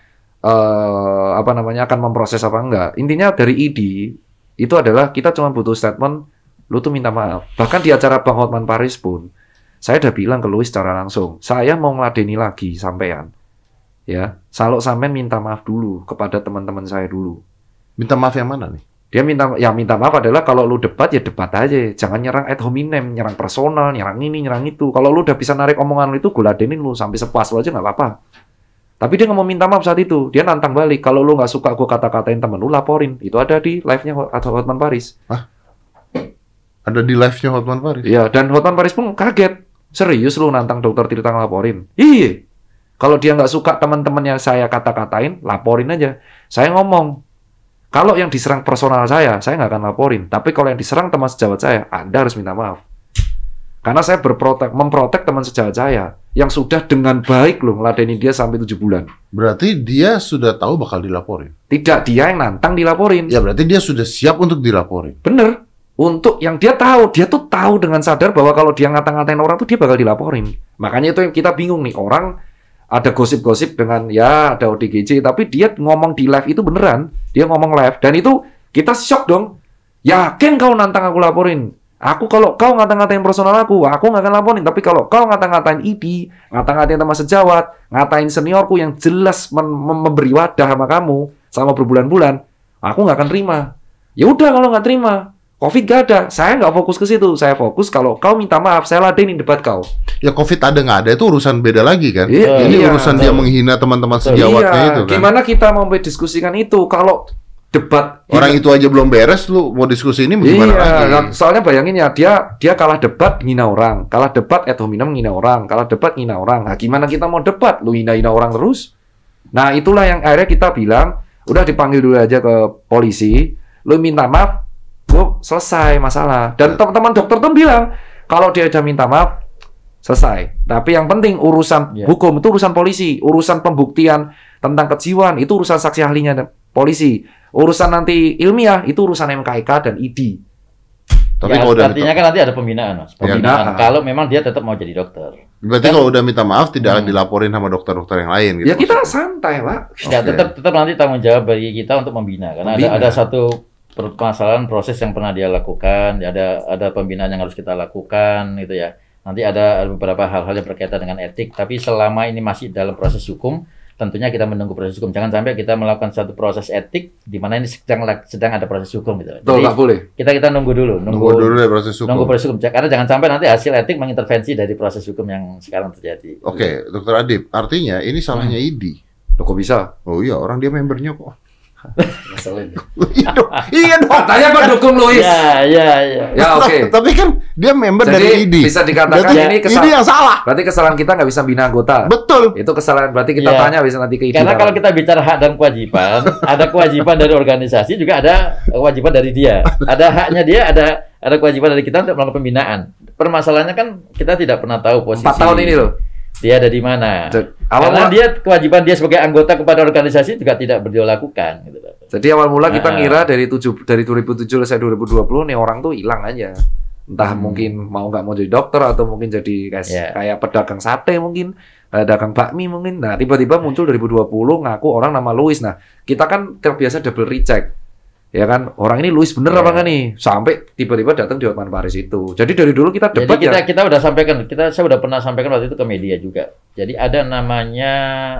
akan memproses apa enggak? Intinya dari ID itu adalah kita cuma butuh statement, lu tuh minta maaf. Bahkan di acara Bang Hotman Paris pun, saya udah bilang ke Louis secara langsung, saya mau ngeladeni lagi sampean. Ya, kalau sampean minta maaf dulu kepada teman-teman saya dulu. Minta maaf yang mana nih? Dia minta maaf adalah kalau lu debat ya debat aja, jangan nyerang ad hominem, nyerang personal, nyerang ini, nyerang itu. Kalau lu udah bisa narik omongan lu itu, gue ladenin lu sampai sepuas lu aja nggak apa-apa. Tapi dia nggak mau minta maaf saat itu, dia nantang balik. Kalau lu nggak suka gue kata-katain temen lu, laporin. Itu ada di live-nya Hotman Paris. Hah? Ada di live-nya Hotman Paris? Iya, dan Hotman Paris pun kaget. Serius lu nantang dokter Tirta ngelaporin? Iya. Kalau dia nggak suka teman-temannya saya kata-katain, laporin aja. Saya ngomong, kalau yang diserang personal saya nggak akan laporin. Tapi kalau yang diserang teman sejawat saya, Anda harus minta maaf. Karena saya memprotek teman sejawat saya yang sudah dengan baik loh ngeladeni dia sampai 7 bulan. Berarti dia sudah tahu bakal dilaporin? Tidak, dia yang nantang dilaporin. Ya berarti dia sudah siap untuk dilaporin? Bener. Untuk yang dia tuh tahu dengan sadar bahwa kalau dia ngata-ngatain orang tuh dia bakal dilaporin. Makanya itu yang kita bingung nih, orang ada gosip-gosip dengan ya ada ODGJ, tapi dia ngomong di live itu beneran, dia ngomong live dan itu kita shock dong. Yakin kau nantang aku laporin? Aku kalau kau ngata-ngatain personal aku nggak akan laporin. Tapi kalau kau ngata-ngatain ID, ngata-ngatain teman sejawat, ngatain seniorku yang jelas memberi wadah sama kamu selama berbulan-bulan, aku nggak akan terima. Ya udah kalau nggak terima, COVID gak ada. Saya nggak fokus ke situ. Saya fokus kalau kau minta maaf, saya ladenin debat kau. Ya COVID ada nggak ada itu urusan beda lagi kan? Ini urusan dia menghina teman-teman sejawatnya itu kan? Gimana kita mau diskusikan itu kalau debat orang itu aja belum beres, lu mau diskusi ini gimana lagi? Soalnya bayangin ya, dia kalah debat ngina orang, kalah debat ad hominem ngina orang, kalah debat ngina orang. Nah, gimana kita mau debat? Lu hina-hina orang terus? Nah, itulah yang akhirnya kita bilang, udah dipanggil dulu aja ke polisi, lu minta maaf, selesai masalah. Dan teman-teman dokter tuh bilang, kalau dia udah minta maaf, selesai. Tapi yang penting urusan hukum itu urusan polisi, urusan pembuktian tentang kejiwaan itu urusan saksi ahlinya polisi. Urusan nanti ilmiah itu urusan MKIK dan ID. Tapi ya, artinya kan nanti ada pembinaan, Mas. Pembinaan. Kalau memang dia tetap mau jadi dokter. Berarti kalau udah minta maaf tidak akan dilaporin sama dokter-dokter yang lain gitu. Ya kita santai, Pak. Ya, tetap nanti tanggung jawab bagi kita untuk membina. Karena ada satu permasalahan proses yang pernah dia lakukan, ada pembinaan yang harus kita lakukan gitu ya. Nanti ada beberapa hal-hal yang berkaitan dengan etik, tapi selama ini masih dalam proses hukum, tentunya kita menunggu proses hukum. Jangan sampai kita melakukan satu proses etik di mana ini sedang ada proses hukum gitu. Jadi nggak boleh. Kita nunggu dulu ya proses hukum. Nunggu proses hukum. Karena jangan sampai nanti hasil etik mengintervensi dari proses hukum yang sekarang terjadi. Oke, Dokter Adib, artinya ini salahnya ID. Kok bisa? Oh iya, orang dia membernya kok. Ngeselin. Iya dong. Katanya pendukung Luis. Ya oke. Tapi kan dia member dari ID. Bisa dikatakan ini ID yang salah. Berarti kesalahan kita nggak bisa bina anggota. Betul. Itu kesalahan. Berarti kita tanya bisa nanti ke ID. Karena kalau kita bicara hak dan kewajiban, ada kewajiban dari organisasi, juga ada kewajiban dari dia. Ada haknya dia, ada kewajiban dari kita untuk melakukan pembinaan. Permasalahannya kan kita tidak pernah tahu posisi 4 tahun ini loh. Dia ada di mana. Karena dia kewajiban dia sebagai anggota kepada organisasi juga tidak beliau lakukan. Gitu. Jadi awal mula kita ngira dari 2007 sampai 2020 nih orang tuh hilang aja. Entah mungkin nggak mau jadi dokter atau mungkin jadi kayak pedagang sate mungkin, dagang bakmi mungkin. Nah tiba-tiba muncul 2020 ngaku orang nama Luis. Nah kita kan terbiasa double recheck. Ya kan, orang ini Luis bener apa enggak nih? Sampai tiba-tiba datang di Hotman Paris itu. Jadi dari dulu kita debat. Jadi kita udah sampaikan, saya udah pernah sampaikan waktu itu ke media juga. Jadi ada namanya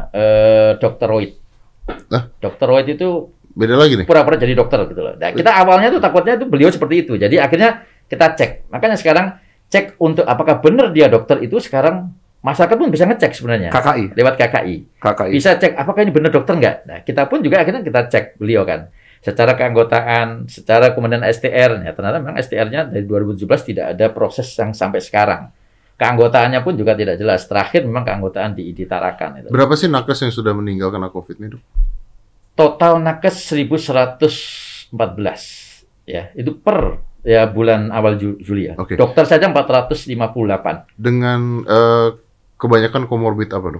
Dr. Royd. Dr. Royd itu beda lagi nih. Pura-pura jadi dokter gitu loh. Nah, kita awalnya tuh takutnya tuh beliau seperti itu. Jadi akhirnya kita cek. Makanya sekarang cek untuk apakah benar dia dokter itu sekarang masyarakat pun bisa ngecek sebenarnya. KKI. Lewat KKI. Bisa cek apakah ini benar dokter enggak. Nah, kita pun juga akhirnya kita cek beliau kan. Secara keanggotaan, secara kemudian STR, ya ternyata memang STR-nya dari 2017 tidak ada proses yang sampai sekarang. Keanggotaannya pun juga tidak jelas. Terakhir memang keanggotaan di Tarakan. Itu. Berapa sih nakes yang sudah meninggal karena COVID ini, Dok? Total nakes 1.114. Ya, itu per bulan awal Juli ya. Okay. Dokter saja 458. Dengan kebanyakan komorbid apa, Dok?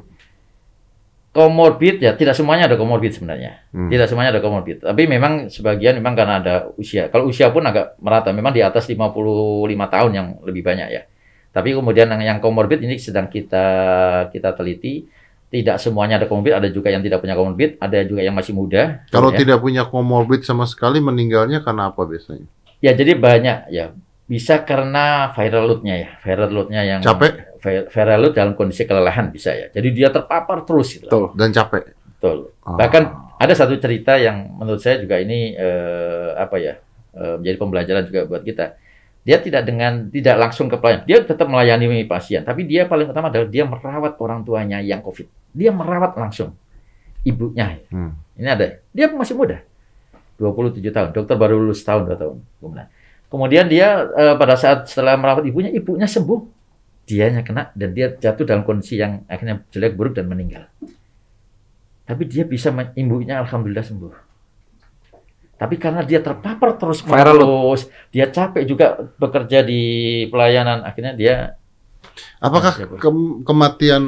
Komorbid ya, tidak semuanya ada komorbid sebenarnya. Tidak semuanya ada komorbid. Tapi memang sebagian memang karena ada usia. Kalau usia pun agak merata. Memang di atas 55 tahun yang lebih banyak ya. Tapi kemudian yang komorbid ini sedang kita teliti. Tidak semuanya ada komorbid. Ada juga yang tidak punya komorbid. Ada juga yang masih muda. Kalau tidak punya komorbid sama sekali, meninggalnya karena apa biasanya? Ya jadi banyak ya. Bisa karena viral load-nya ya. Viral load-nya yang capek. Viral load dalam kondisi kelelahan bisa ya. Jadi dia terpapar terus gitu. Betul. Dan capek. Betul. Bahkan ada satu cerita yang menurut saya juga ini menjadi pembelajaran juga buat kita. Dia tidak langsung ke pelayan. Dia tetap melayani pasien, tapi dia paling utama adalah dia merawat orang tuanya yang COVID. Dia merawat langsung ibunya. Ini ada. Dia masih muda. 27 tahun. Dokter baru lulus tahun 2 tahun. Kemudian dia pada saat setelah merawat ibunya sembuh. Dianya kena dan dia jatuh dalam kondisi yang akhirnya jelek, buruk dan meninggal. Tapi dia bisa ibunya alhamdulillah sembuh. Tapi karena dia terpapar terus-menerus, dia capek juga bekerja di pelayanan, akhirnya dia. Apakah kematian?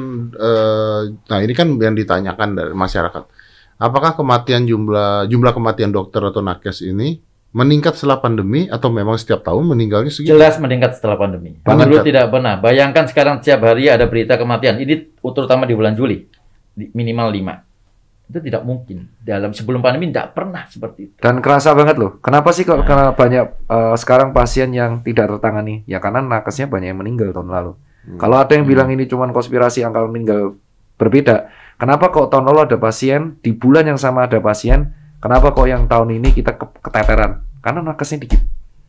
Nah ini kan yang ditanyakan dari masyarakat. Apakah kematian jumlah kematian dokter atau nakes ini meningkat setelah pandemi atau memang setiap tahun meninggalnya segitu? Jelas meningkat setelah pandemi. Dulu tidak pernah. Bayangkan sekarang setiap hari ada berita kematian. Ini terutama di bulan Juli. Minimal 5. Itu tidak mungkin. Sebelum pandemi tidak pernah seperti itu. Dan kerasa banget loh. Kenapa sih kok karena banyak sekarang pasien yang tidak tertangani? Ya karena nakesnya banyak yang meninggal tahun lalu. Kalau ada yang bilang ini cuma konspirasi angka meninggal berbeda. Kenapa kok tahun lalu ada pasien, di bulan yang sama ada pasien, kenapa kok yang tahun ini kita keteteran? Karena nakesnya dikit.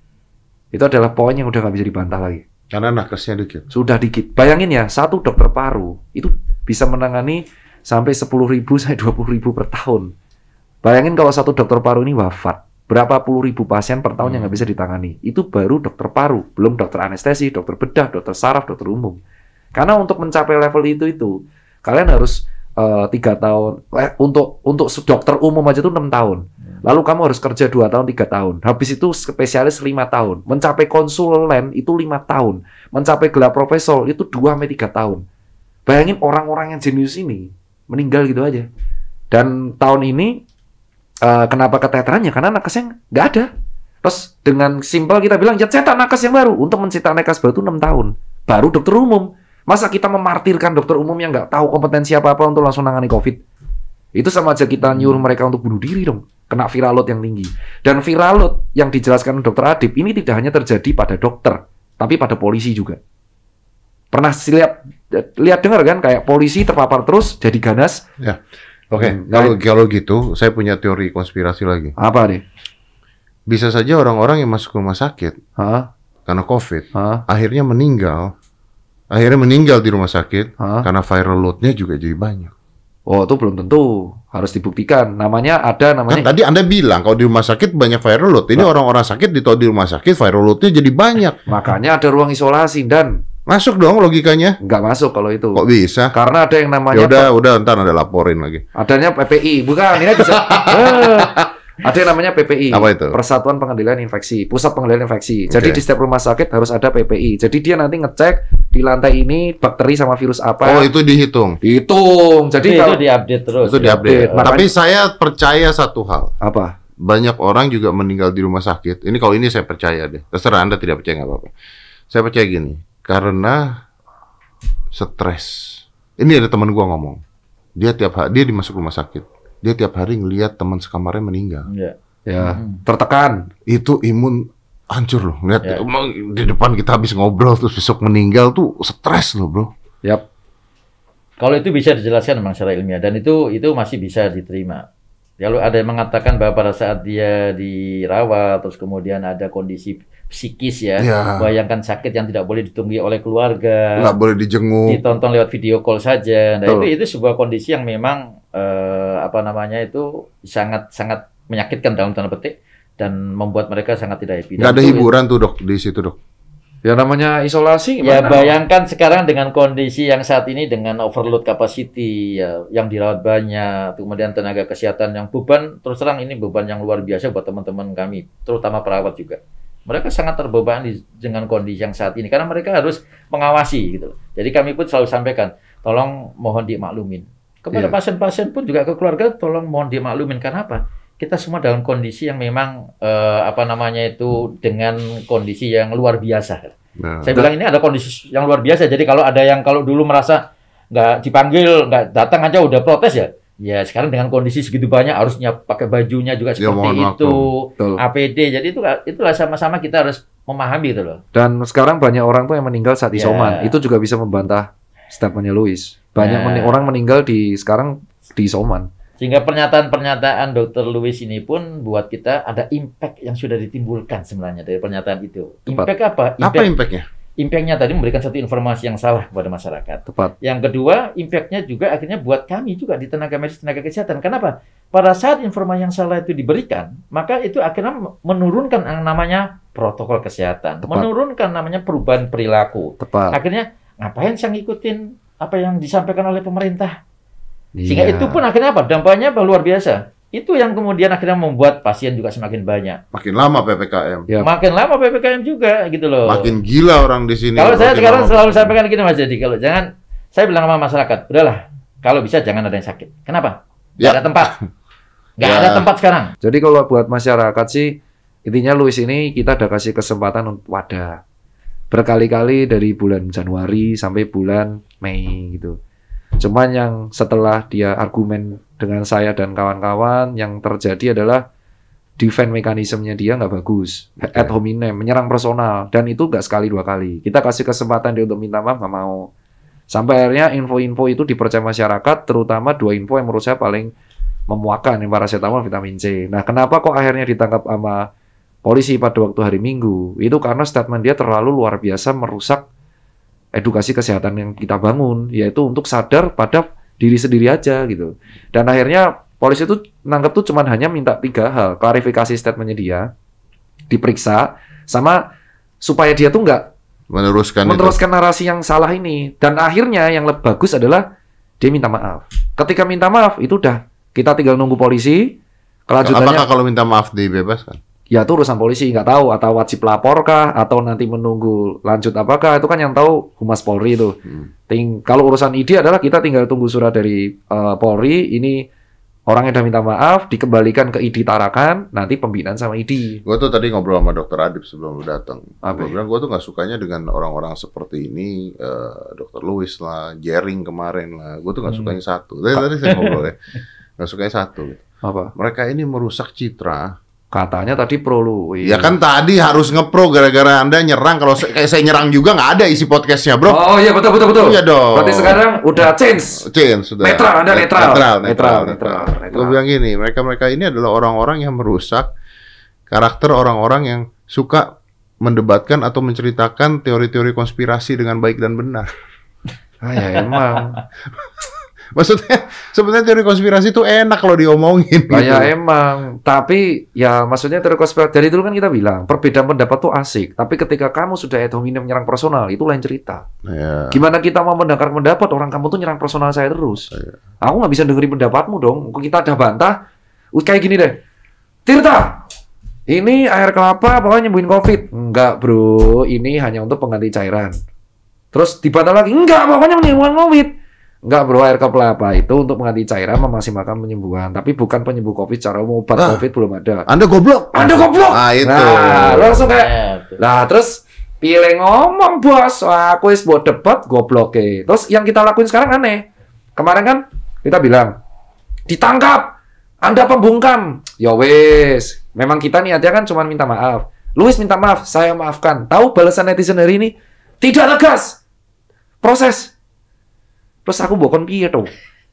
Itu adalah poin yang udah nggak bisa dibantah lagi. Karena nakesnya dikit. Sudah dikit. Bayangin ya, satu dokter paru itu bisa menangani sampai 10.000 sampai 20.000 per tahun. Bayangin kalau satu dokter paru ini wafat, berapa puluh ribu pasien per tahun yang nggak bisa ditangani. Itu baru dokter paru, belum dokter anestesi, dokter bedah, dokter saraf, dokter umum. Karena untuk mencapai level itu kalian harus 3 tahun. Untuk dokter umum aja itu 6 tahun. Lalu kamu harus kerja 2 tahun, 3 tahun. Habis itu spesialis 5 tahun. Mencapai konsulen itu 5 tahun. Mencapai gelar profesor itu 2-3 tahun. Bayangin orang-orang yang jenius ini meninggal gitu aja. Dan tahun ini kenapa keteterannya? Karena nakesnya nggak ada. Terus dengan simpel kita bilang, cetak nakes yang baru. Untuk mencetak nakes baru itu 6 tahun. Baru dokter umum. Masa kita memartirkan dokter umum yang nggak tahu kompetensi apa-apa untuk langsung nangani COVID? Itu sama aja kita nyuruh mereka untuk bunuh diri dong. Kena viral load yang tinggi. Dan viral load yang dijelaskan Dr. Adib ini tidak hanya terjadi pada dokter, tapi pada polisi juga. Pernah lihat dengar kan? Kayak polisi terpapar terus, jadi ganas. Ya. Oke, kalau gitu, saya punya teori konspirasi lagi. Apa deh? Bisa saja orang-orang yang masuk rumah sakit karena COVID, akhirnya meninggal di rumah sakit karena viral load-nya juga jadi banyak. Oh, itu belum tentu. Harus dibuktikan. Namanya. Kan tadi Anda bilang kalau di rumah sakit banyak viral load. Ini orang-orang sakit ditaruh di rumah sakit, viral loadnya jadi banyak. Makanya ada ruang isolasi dan masuk dong logikanya. Nggak masuk kalau itu. Kok bisa? Karena ada yang namanya. Ya udah ntar Anda laporin lagi. Adanya PPI, bukan? Ini bisa. Ada yang namanya PPI. Apa itu? Persatuan Pengendalian Infeksi, Pusat Pengendalian Infeksi. Jadi di setiap rumah sakit harus ada PPI. Jadi dia nanti ngecek di lantai ini bakteri sama virus apa. Oh, itu dihitung. Hitung. Jadi itu diupdate terus. Itu diupdate. Tapi saya percaya satu hal. Apa? Banyak orang juga meninggal di rumah sakit. Ini kalau ini saya percaya deh. Terserah Anda tidak percaya nggak apa-apa. Saya percaya gini. Karena stres. Ini ada teman gua ngomong. Dia dimasuk rumah sakit. Dia tiap hari ngelihat teman sekamarnya meninggal. Ya, tertekan. Itu imun hancur loh. Lihat di depan kita habis ngobrol terus besok meninggal tuh stres loh, bro. Yap. Kalau itu bisa dijelaskan memang secara ilmiah dan itu masih bisa diterima. Kalau ada yang mengatakan bahwa pada saat dia dirawat terus kemudian ada kondisi psikis bayangkan sakit yang tidak boleh ditemui oleh keluarga, nggak boleh dijenguk, ditonton lewat video call saja. Nah itu sebuah kondisi yang memang itu sangat menyakitkan dalam tanda petik dan membuat mereka sangat tidak happy. Nggak ada hiburan tuh dok di situ dok. Ya namanya isolasi. Ya bayangkan sekarang dengan kondisi yang saat ini dengan overload capacity yang dirawat banyak, kemudian tenaga kesehatan yang beban terus terang ini beban yang luar biasa buat teman-teman kami, terutama perawat juga. Mereka sangat terbebani dengan kondisi yang saat ini karena mereka harus mengawasi gitu. Jadi kami pun selalu sampaikan, tolong mohon dimaklumin. Kepada pasien-pasien pun juga ke keluarga tolong mohon dimaklumin. Karena apa? Kita semua dalam kondisi yang memang dengan kondisi yang luar biasa. Saya bilang ini ada kondisi yang luar biasa. Jadi kalau ada yang kalau dulu merasa nggak dipanggil, nggak datang aja udah protes ya. Ya sekarang dengan kondisi segitu banyak harusnya pakai bajunya juga seperti itu, APD. Jadi itulah sama-sama kita harus memahami itu loh. Dan sekarang banyak orang tuh yang meninggal saat isoman. Itu juga bisa membantah statementnya Louis. Banyak orang meninggal sekarang di isoman. Sehingga pernyataan-pernyataan Dr. Louis ini pun buat kita ada impact yang sudah ditimbulkan sebenarnya dari pernyataan itu. Impact apa? Apa impactnya? Impactnya tadi memberikan satu informasi yang salah kepada masyarakat. Tepat. Yang kedua, impactnya juga akhirnya buat kami juga di tenaga medis, tenaga kesehatan. Kenapa? Pada saat informasi yang salah itu diberikan, maka itu akhirnya menurunkan yang namanya protokol kesehatan. Tepat. Menurunkan namanya perubahan perilaku. Tepat. Akhirnya, ngapain saya ngikutin apa yang disampaikan oleh pemerintah? Sehingga itu pun akhirnya apa? Dampaknya luar biasa. Itu yang kemudian akhirnya membuat pasien juga semakin banyak. Makin lama PPKM. Ya. Makin lama PPKM juga gitu loh. Makin gila orang di sini. Kalau saya sekarang selalu sampaikan gini Mas Jadi, kalau saya bilang sama masyarakat, udahlah, kalau bisa jangan ada yang sakit. Kenapa? Nggak ada tempat. Nggak ada tempat sekarang. Jadi kalau buat masyarakat sih, intinya Louis ini kita udah kasih kesempatan untuk wadah. Berkali-kali dari bulan Januari sampai bulan Mei gitu. Cuman yang setelah dia argumen dengan saya dan kawan-kawan, yang terjadi adalah defense mekanismenya dia nggak bagus. Ad hominem, menyerang personal. Dan itu nggak sekali dua kali. Kita kasih kesempatan dia untuk minta maaf, nggak mau. Sampai akhirnya info-info itu dipercaya masyarakat, terutama dua info yang menurut saya paling memuakkan, yang paracetamol, vitamin C. Nah, kenapa kok akhirnya ditangkap sama polisi pada waktu hari Minggu? Itu karena statement dia terlalu luar biasa merusak edukasi kesehatan yang kita bangun, yaitu untuk sadar pada diri sendiri aja gitu. Dan akhirnya polisi itu nangkep tuh cuman hanya minta 3 hal, klarifikasi statementnya dia, diperiksa, sama supaya dia tuh nggak meneruskan narasi yang salah ini. Dan akhirnya yang lebih bagus adalah dia minta maaf. Ketika minta maaf itu udah kita tinggal nunggu polisi. Kelanjutannya. Apakah kalau minta maaf dibebaskan? Ya itu urusan polisi, nggak tahu, atau wajib lapor kah, atau nanti menunggu lanjut apakah, itu kan yang tahu Humas Polri itu. Kalau urusan ID adalah kita tinggal tunggu surat dari Polri, ini orang yang udah minta maaf, dikembalikan ke ID Tarakan, nanti pembinaan sama ID. Gue tuh tadi ngobrol sama Dr. Adib sebelum lu datang. Gue bilang gue tuh nggak sukanya dengan orang-orang seperti ini, Dr. Louis lah, Jering kemarin lah, gue tuh nggak sukanya satu. Tadi saya ngobrol ya, nggak sukanya satu. Gitu. Apa? Mereka ini merusak citra. Katanya tadi pro Louis. Ya kan tadi harus ngepro gara-gara Anda nyerang. Kalau kayak saya nyerang juga nggak ada isi podcastnya, bro. Oh iya betul. Iya dong. Berarti sekarang udah change. Sudah. Netral. Gue bilang gini, mereka ini adalah orang-orang yang merusak karakter orang-orang yang suka mendebatkan atau menceritakan teori-teori konspirasi dengan baik dan benar. Ah ya emang. Maksudnya sebenarnya teori konspirasi itu enak kalau diomongin. Gitu. Ya emang, tapi ya maksudnya teori konspirasi dari dulu kan kita bilang perbedaan pendapat tuh asik, tapi ketika kamu sudah ad hominem menyerang personal itu lain cerita. Ya. Gimana kita mau mendengar pendapat orang kamu tuh nyerang personal saya terus? Ya. Aku nggak bisa dengerin pendapatmu dong. Kita ada bantah, kayak gini deh. Tirta, ini air kelapa pokoknya nyembuhin COVID. Enggak bro, ini hanya untuk pengganti cairan. Terus dibantah lagi, enggak pokoknya menyembuhkan COVID. Enggak bro, air kelapa itu untuk mengganti cairan memaksimalkan penyembuhan, tapi bukan penyembuh COVID secara umum. Obat COVID belum ada. Anda goblok. Anda goblok. Nah, itu. Nah, langsung kayak. Nah, terus pilih ngomong bos, aku is buat debat goblok. Terus yang kita lakuin sekarang aneh. Kemarin kan kita bilang ditangkap, Anda pembungkam. Ya wes, memang kita niatnya kan cuma minta maaf. Luis minta maaf, saya maafkan. Tahu balasan netizen hari ini? Tidak tegas. Proses. Terus aku bokon piye tuh?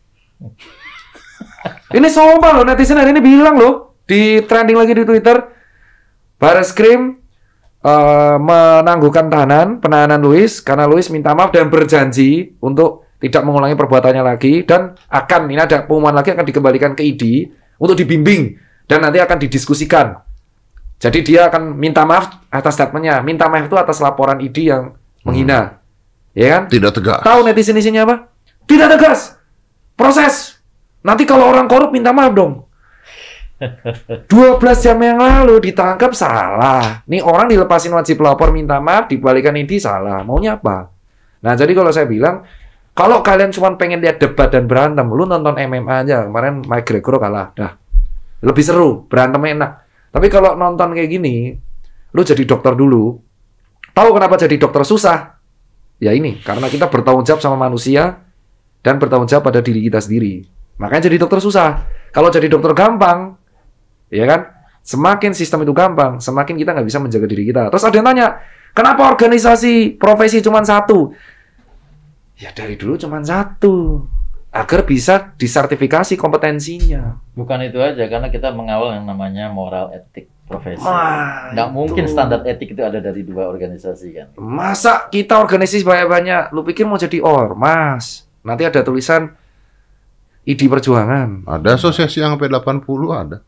Ini sumpah loh, netizen hari ini bilang loh, di trending lagi di Twitter, Barreskrim menangguhkan penahanan Luis karena Luis minta maaf dan berjanji untuk tidak mengulangi perbuatannya lagi dan akan, ini ada pengumuman lagi, akan dikembalikan ke ID untuk dibimbing dan nanti akan didiskusikan. Jadi dia akan minta maaf atas statementnya, minta maaf itu atas laporan ID yang menghina, ya kan? Tidak tegas. Tahu netizen isinya apa? Tidak tegas. Proses. Nanti kalau orang korup minta maaf dong. 12 jam yang lalu ditangkap salah. Nih orang dilepasin wajib lapor minta maaf, dibalikan ID salah. Maunya apa? Nah, jadi kalau saya bilang, kalau kalian cuma pengen lihat debat dan berantem, lu nonton MMA aja. Kemarin McGregor kalah. Dah. Lebih seru, berantem enak. Tapi kalau nonton kayak gini, lu jadi dokter dulu. Tahu kenapa jadi dokter susah? Ya ini, karena kita bertanggung jawab sama manusia dan bertanggung jawab pada diri kita sendiri. Makanya jadi dokter susah. Kalau jadi dokter gampang, ya kan? Semakin sistem itu gampang, semakin kita nggak bisa menjaga diri kita. Terus ada yang tanya, kenapa organisasi profesi cuma satu? Ya dari dulu cuma satu. Agar bisa disertifikasi kompetensinya. Bukan itu aja, karena kita mengawal yang namanya moral etik profesi. Nggak mungkin standar etik itu ada dari dua organisasi kan. Masa kita organisasi banyak-banyak, lu pikir mau jadi ormas? Nanti ada tulisan ID Perjuangan. Ada asosiasi yang sampai 80 ada.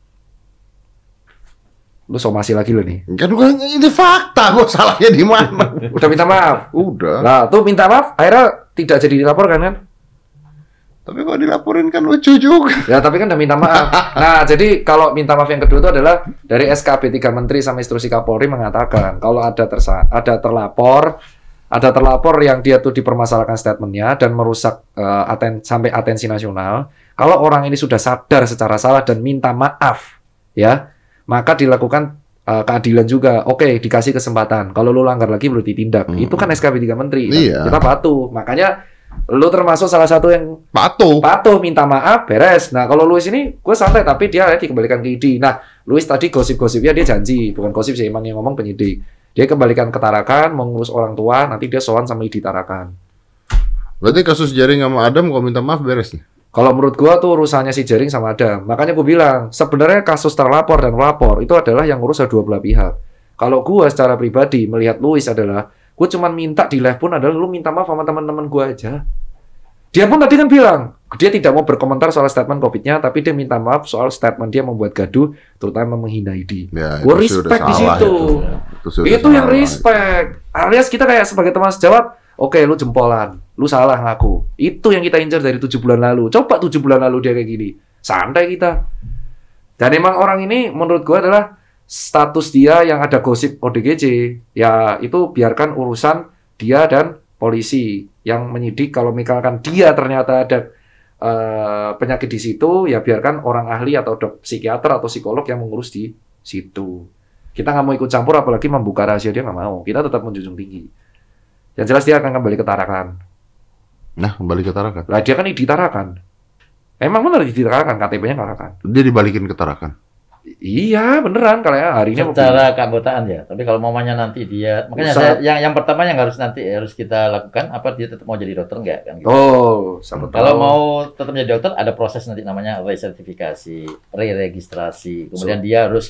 Lu somasi lagi lo nih. Kan ini fakta, kok salahnya di mana? Udah minta maaf. Udah. Nah, tuh minta maaf, akhirnya tidak jadi dilaporkan kan? Tapi kalau dilaporin kan lucu juga. Ya, tapi kan udah minta maaf. Nah, jadi kalau minta maaf yang kedua itu adalah dari SKP 3 Menteri sama instruksi Kapolri mengatakan kalau ada terlapor yang dia tuh dipermasalahkan statementnya dan merusak sampai atensi nasional. Kalau orang ini sudah sadar secara salah dan minta maaf, ya, maka dilakukan keadilan juga. Oke, dikasih kesempatan. Kalau lu langgar lagi berarti tindak. Itu kan SKP 3 Menteri. Iya. Kita patuh. Makanya lu termasuk salah satu yang patuh minta maaf, beres. Nah, kalau Luis ini gue santai tapi dia dikembalikan ke ID. Nah, Luis tadi gosip-gosipnya dia janji, bukan gosip sih, emang yang ngomong penyidik. Dia kembalikan ke Tarakan, mengurus orang tua, nanti dia sowan sama ID Tarakan. Berarti kasus Jaring sama Adam kalau minta maaf beres nih? Kalau menurut gua tuh urusannya si Jaring sama Adam. Makanya gue bilang, sebenarnya kasus terlapor dan pelapor itu adalah yang ngurus dua belah pihak. Kalau gua secara pribadi melihat Luis adalah gue cuma minta di live pun adalah lu minta maaf sama teman-teman gue aja. Dia pun tadi kan bilang, dia tidak mau berkomentar soal statement COVID-nya, tapi dia minta maaf soal statement dia membuat gaduh, terutama menghina ID. Ya, gue respect di situ. Itu yang respect. Alias kita kayak sebagai teman sejawat, oke, lu jempolan, lu salah ngaku. Itu yang kita incar dari 7 bulan lalu. Coba 7 bulan lalu dia kayak gini. Santai kita. Dan emang orang ini menurut gue adalah status dia yang ada gosip ODGJ, ya itu biarkan urusan dia dan polisi yang menyidik. Kalau misalkan dia ternyata ada penyakit di situ, ya biarkan orang ahli atau psikiater atau psikolog yang mengurus di situ. Kita nggak mau ikut campur, apalagi membuka rahasia dia nggak mau. Kita tetap menjunjung tinggi. Yang jelas dia akan kembali ke Tarakan. Nah, kembali ke Tarakan. Lah dia kan di Tarakan. Emang benar di Tarakan, KTP-nya Tarakan. Dia dibalikin ke Tarakan. Iya beneran kalau ya harinya secara keanggotaan ya. Tapi kalau mamanya nanti dia, makanya yang pertama yang harus kita lakukan apa, dia tetap mau jadi dokter enggak kan? Gitu. Oh, kalau mau tetap jadi dokter ada proses nanti namanya resertifikasi, re-registrasi. Kemudian dia harus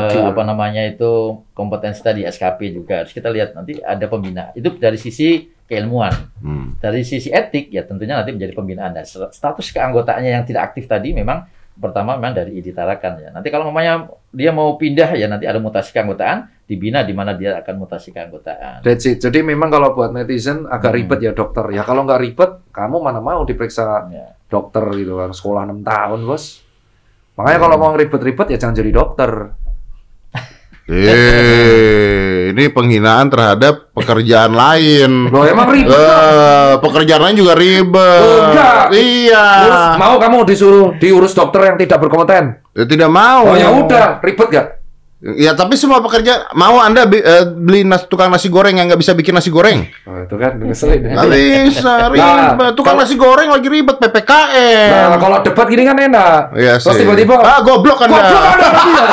kompetensi tadi SKP juga harus kita lihat nanti ada pembinaan. Itu dari sisi keilmuan. Dari sisi etik, ya tentunya nanti menjadi pembinaan. Dan status keanggotaannya yang tidak aktif tadi memang pertama memang dari ID Tarakan ya. Nanti kalau namanya dia mau pindah ya nanti ada mutasi keanggotaan, dibina di mana dia akan mutasi keanggotaan. That's it. Jadi memang kalau buat netizen agak ribet ya dokter. Ya kalau nggak ribet, kamu mana mau diperiksa dokter gitu kan. Sekolah 6 tahun, Bos. Makanya kalau mau ribet-ribet ya jangan jadi dokter. Ini penghinaan terhadap pekerjaan lain. Loh, emang ribet? Pekerjaan lain juga ribet. Enggak. Iya. Mau kamu disuruh diurus dokter yang tidak berkompeten? Ya, tidak mau. Oh ya udah, ribet gak? Ya tapi semua pekerja mau Anda beli tukang nasi goreng yang nggak bisa bikin nasi goreng. Oh, itu kan ngeselin. Nggak bisa, ribet. Tukang nasi goreng lagi ribet PPKM. Nah, kalau debat gini kan enak. Iya Terus sih. tiba-tiba goblok Anda. Goblok Anda.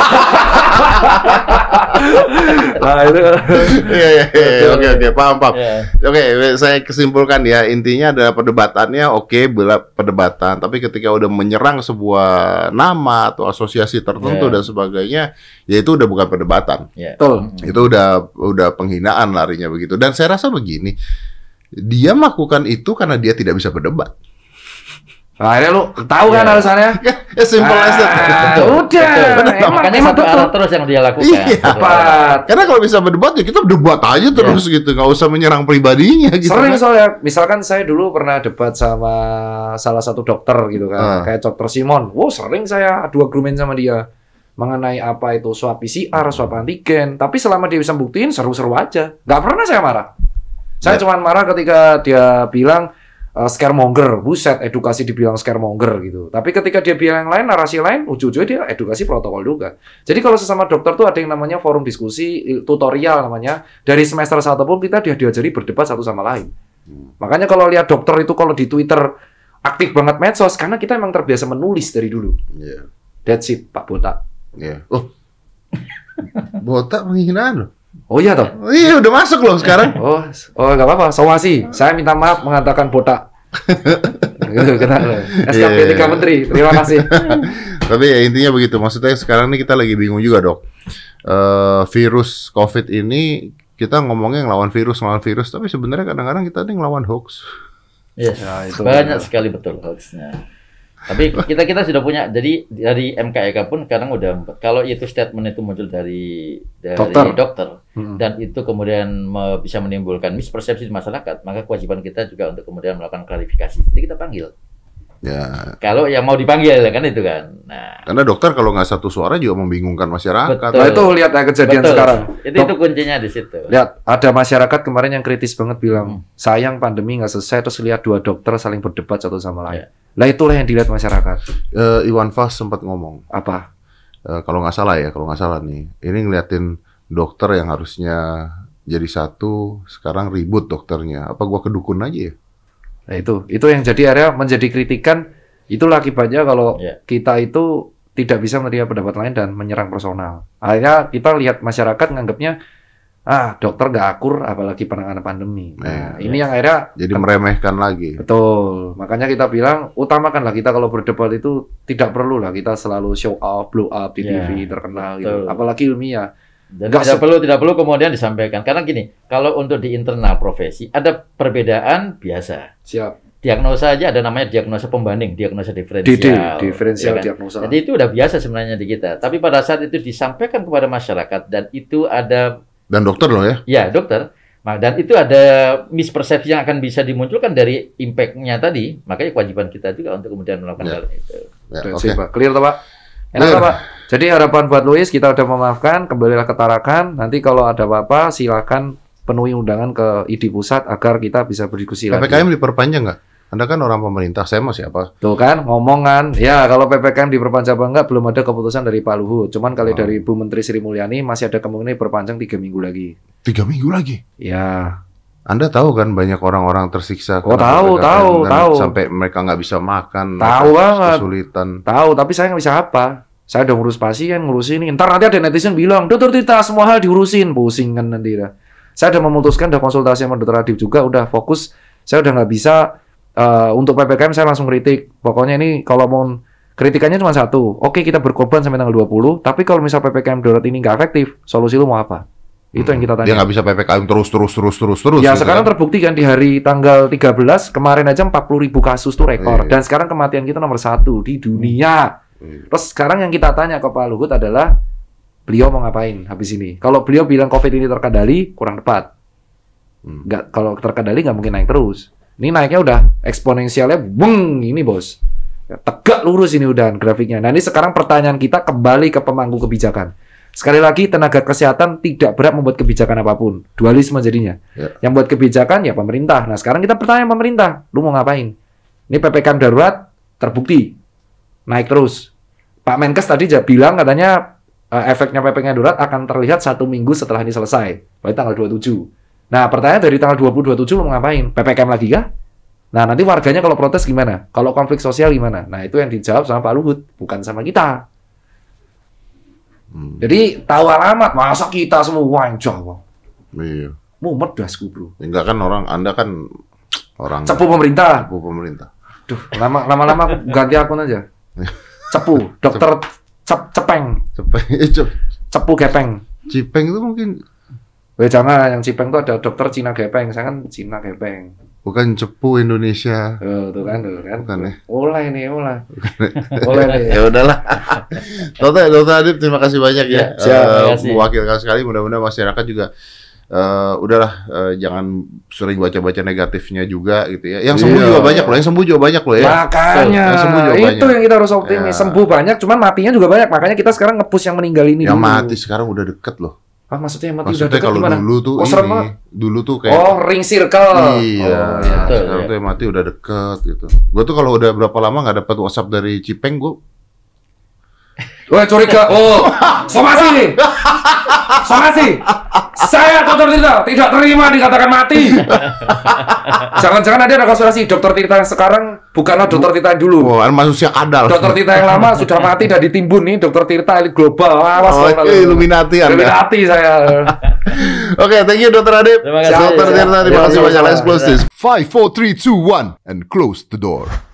Nah, itu. Iya. Oke, paham. Oke, saya kesimpulkan ya, intinya adalah perdebatannya perdebatan, tapi ketika udah menyerang sebuah nama atau asosiasi tertentu dan sebagainya, ya itu udah bukan perdebatan. Betul. Itu udah penghinaan larinya begitu. Dan saya rasa begini, dia melakukan itu karena dia tidak bisa berdebat. Nah, akhirnya lu tahu kan alasannya? Simple as that. Udah. Makanya satu arah terus yang dia lakukan. Iya. Karena kalau bisa berdebat ya kita berdebat aja terus gitu, nggak usah menyerang pribadinya gitu. Sering soalnya, misalkan saya dulu pernah debat sama salah satu dokter gitu kan, kayak Dr. Simon. Wow, sering saya adu argumen sama dia mengenai apa itu swab PCR, swab antigen. Tapi selama dia bisa buktiin, seru-seru aja. Nggak pernah saya marah. Saya cuma marah ketika dia bilang scaremonger, buset, edukasi dibilang scaremonger gitu. Tapi ketika dia bilang yang lain, narasi lain, ujung-ujungnya dia edukasi protokol juga. Jadi kalau sesama dokter tuh ada yang namanya forum diskusi, tutorial namanya. Dari semester 1 pun kita diajari berdebat satu sama lain. Makanya kalau lihat dokter itu kalau di Twitter aktif banget medsos, karena kita emang terbiasa menulis dari dulu. That's it, Pak Botak. Botak penghinaan loh. Oh iya toh? Iya udah masuk loh sekarang. Oh nggak apa-apa. Somasi, saya minta maaf mengatakan botak. Gitu kita. SKP 3 Menteri, terima kasih. Tapi ya intinya begitu. Maksudnya sekarang ini kita lagi bingung juga dok. Virus COVID ini kita ngomongnya ngelawan virus, tapi sebenarnya kadang-kadang kita ada ngelawan hoax. Yes, ya, itu banyak sekali betul hoaxnya. Tapi kita sudah punya, jadi dari MKEK pun kadang udah, kalau itu statement itu muncul dari dokter dan itu kemudian bisa menimbulkan mispersepsi di masyarakat, maka kewajiban kita juga untuk kemudian melakukan klarifikasi. Jadi kita panggil. Ya. Kalau yang mau dipanggil kan itu kan. Nah. Karena dokter kalau nggak satu suara juga membingungkan masyarakat. Nah itu lihat ya kejadian sekarang. Itu kuncinya di situ. Lihat ada masyarakat kemarin yang kritis banget bilang sayang pandemi nggak selesai, terus lihat 2 dokter saling berdebat satu sama lain. Lah itulah yang dilihat masyarakat. Iwan Fals sempat ngomong. Apa? Kalau nggak salah nih, ini ngeliatin dokter yang harusnya jadi satu, sekarang ribut dokternya. Apa gua kedukun aja ya? Nah itu yang jadi area menjadi kritikan. Itulah akibatnya kalau kita itu tidak bisa menerima pendapat lain dan menyerang personal. Akhirnya kita lihat masyarakat nganggapnya dokter nggak akur, apalagi penanganan pandemi. Nah, ini yang akhirnya jadi meremehkan lagi. Betul. Makanya kita bilang utamakanlah kita kalau berdebat itu tidak perlu lah kita selalu show up, blow up di TV terkenal gitu. Apalagi ilmiah. Dan tidak perlu kemudian disampaikan. Karena gini, kalau untuk di internal profesi ada perbedaan biasa. Siap. Diagnosa aja ada namanya diagnosa pembanding, diagnosa diferensial. Diferensial ya kan? Diagnosa. Jadi itu udah biasa sebenarnya di kita. Tapi pada saat itu disampaikan kepada masyarakat dan itu ada dan dokter loh ya? Ya dokter. Dan itu ada mispersepsi yang akan bisa dimunculkan dari impact-nya tadi. Makanya kewajiban kita juga untuk kemudian melakukan hal itu. Oke, Pak. Clear toh, Pak? Enak Pak? Jadi harapan buat Louis, kita udah memaafkan, kembalilah ke Tarakan. Nanti kalau ada apa-apa, silakan penuhi undangan ke ID Pusat agar kita bisa berdiskusi lagi. PPKM diperpanjang nggak? Anda kan orang pemerintah, saya mau siapa? Tuh kan, ngomongan. Ya, kalau PPKM diperpanjang apa enggak, belum ada keputusan dari Pak Luhut. Cuman kalau dari Bu Menteri Sri Mulyani, masih ada kemungkinan diperpanjang 3 minggu lagi. 3 minggu lagi? Ya. Anda tahu kan banyak orang-orang tersiksa. Oh, tahu. Sampai mereka nggak bisa makan. Tahu banget. Kesulitan. Tahu, tapi saya nggak bisa apa. Saya udah ngurus pasien, ngurus ini. Ntar nanti ada netizen bilang, Dokter Tita, semua hal diurusin. Pusing kan nanti. Saya udah memutuskan, udah konsultasi sama Dokter Adib juga, udah fokus. Saya udah nggak bisa, untuk PPKM saya langsung kritik. Pokoknya ini kalau mau kritikannya cuma satu. Oke, kita berkorban sampai tanggal 20. Tapi kalau misal PPKM darurat ini nggak efektif, solusi lu mau apa? Itu yang kita tanya. Dia nggak bisa PPKM terus. Ya gitu sekarang kan? terbukti kan di hari tanggal 13 kemarin aja 40.000 kasus tuh rekor. Dan sekarang kematian kita nomor 1 di dunia. Terus sekarang yang kita tanya ke Pak Luhut adalah beliau mau ngapain habis ini? Kalau beliau bilang COVID ini terkendali, kurang tepat. Nggak, kalau terkendali nggak mungkin naik terus. Ini naiknya udah eksponensialnya, bung ini bos. Tegak lurus ini udah grafiknya. Nah ini sekarang pertanyaan kita kembali ke pemangku kebijakan. Sekali lagi tenaga kesehatan tidak berhak membuat kebijakan apapun. Dualisme jadinya. Yang buat kebijakan ya pemerintah. Nah sekarang kita bertanya pemerintah, lu mau ngapain? Ini PPKM darurat terbukti naik terus. Pak Menkes tadi bilang katanya efeknya PPKM darurat akan terlihat 1 minggu setelah ini selesai. Berarti tanggal 27. Nah pertanyaan dari tanggal 20-27 lu mau ngapain? PPKM lagi kah? Nah, nanti warganya kalau protes gimana? Kalau konflik sosial gimana? Nah, itu yang dijawab sama Pak Luhut, bukan sama kita. Jadi, tahu alamat, masa kita semua yang jawab? Iya. Mumet dasku, bro. Enggak kan Anda kan orang... Cepu pemerintah. Duh, lama-lama ganti akun aja. Cepu, dokter Cepeng. Cepu Gepeng. Cipeng itu mungkin... Jangan, yang Cipeng itu ada dokter Cina Gepeng. Saya kan Cina Gepeng. Bukan Cepu Indonesia. Tuh kan. Bukan ya. Oleh nih. Ya udahlah. Dokter Adib, terima kasih banyak ya. Mewakilkan sekali. Mudah-mudahan masyarakat juga jangan sering baca-baca negatifnya juga gitu ya. Yang sembuh juga banyak loh. Ya. Makanya itu yang kita harus optimis. Sembuh banyak, cuman matinya juga banyak. Makanya kita sekarang nge-push yang meninggal ini. Yang mati sekarang udah deket loh. Maksudnya yang mati udah deket kalau gimana? Dulu tuh kayak ring circle. Iya. Sekarang tuh yang mati udah deket gitu. Gue tuh kalau udah berapa lama nggak dapat WhatsApp dari Cipeng, gue curiga. Somasi. Saya Dokter Tirta tidak terima dikatakan mati. Jangan-jangan ada konspirasi Dokter Tirta yang sekarang bukanlah Dokter Tirta yang dulu. Manusia kadal. Dokter Tirta yang lama sudah mati dan ditimbun nih Dokter Tirta elit global. Illuminati Anda. Illuminati saya. Oke, thank you Dokter Adib. Terima kasih. Dokter Tirta, terima kasih banyak. Let's close this. 5, 4, 3, 2, 1 and close the door.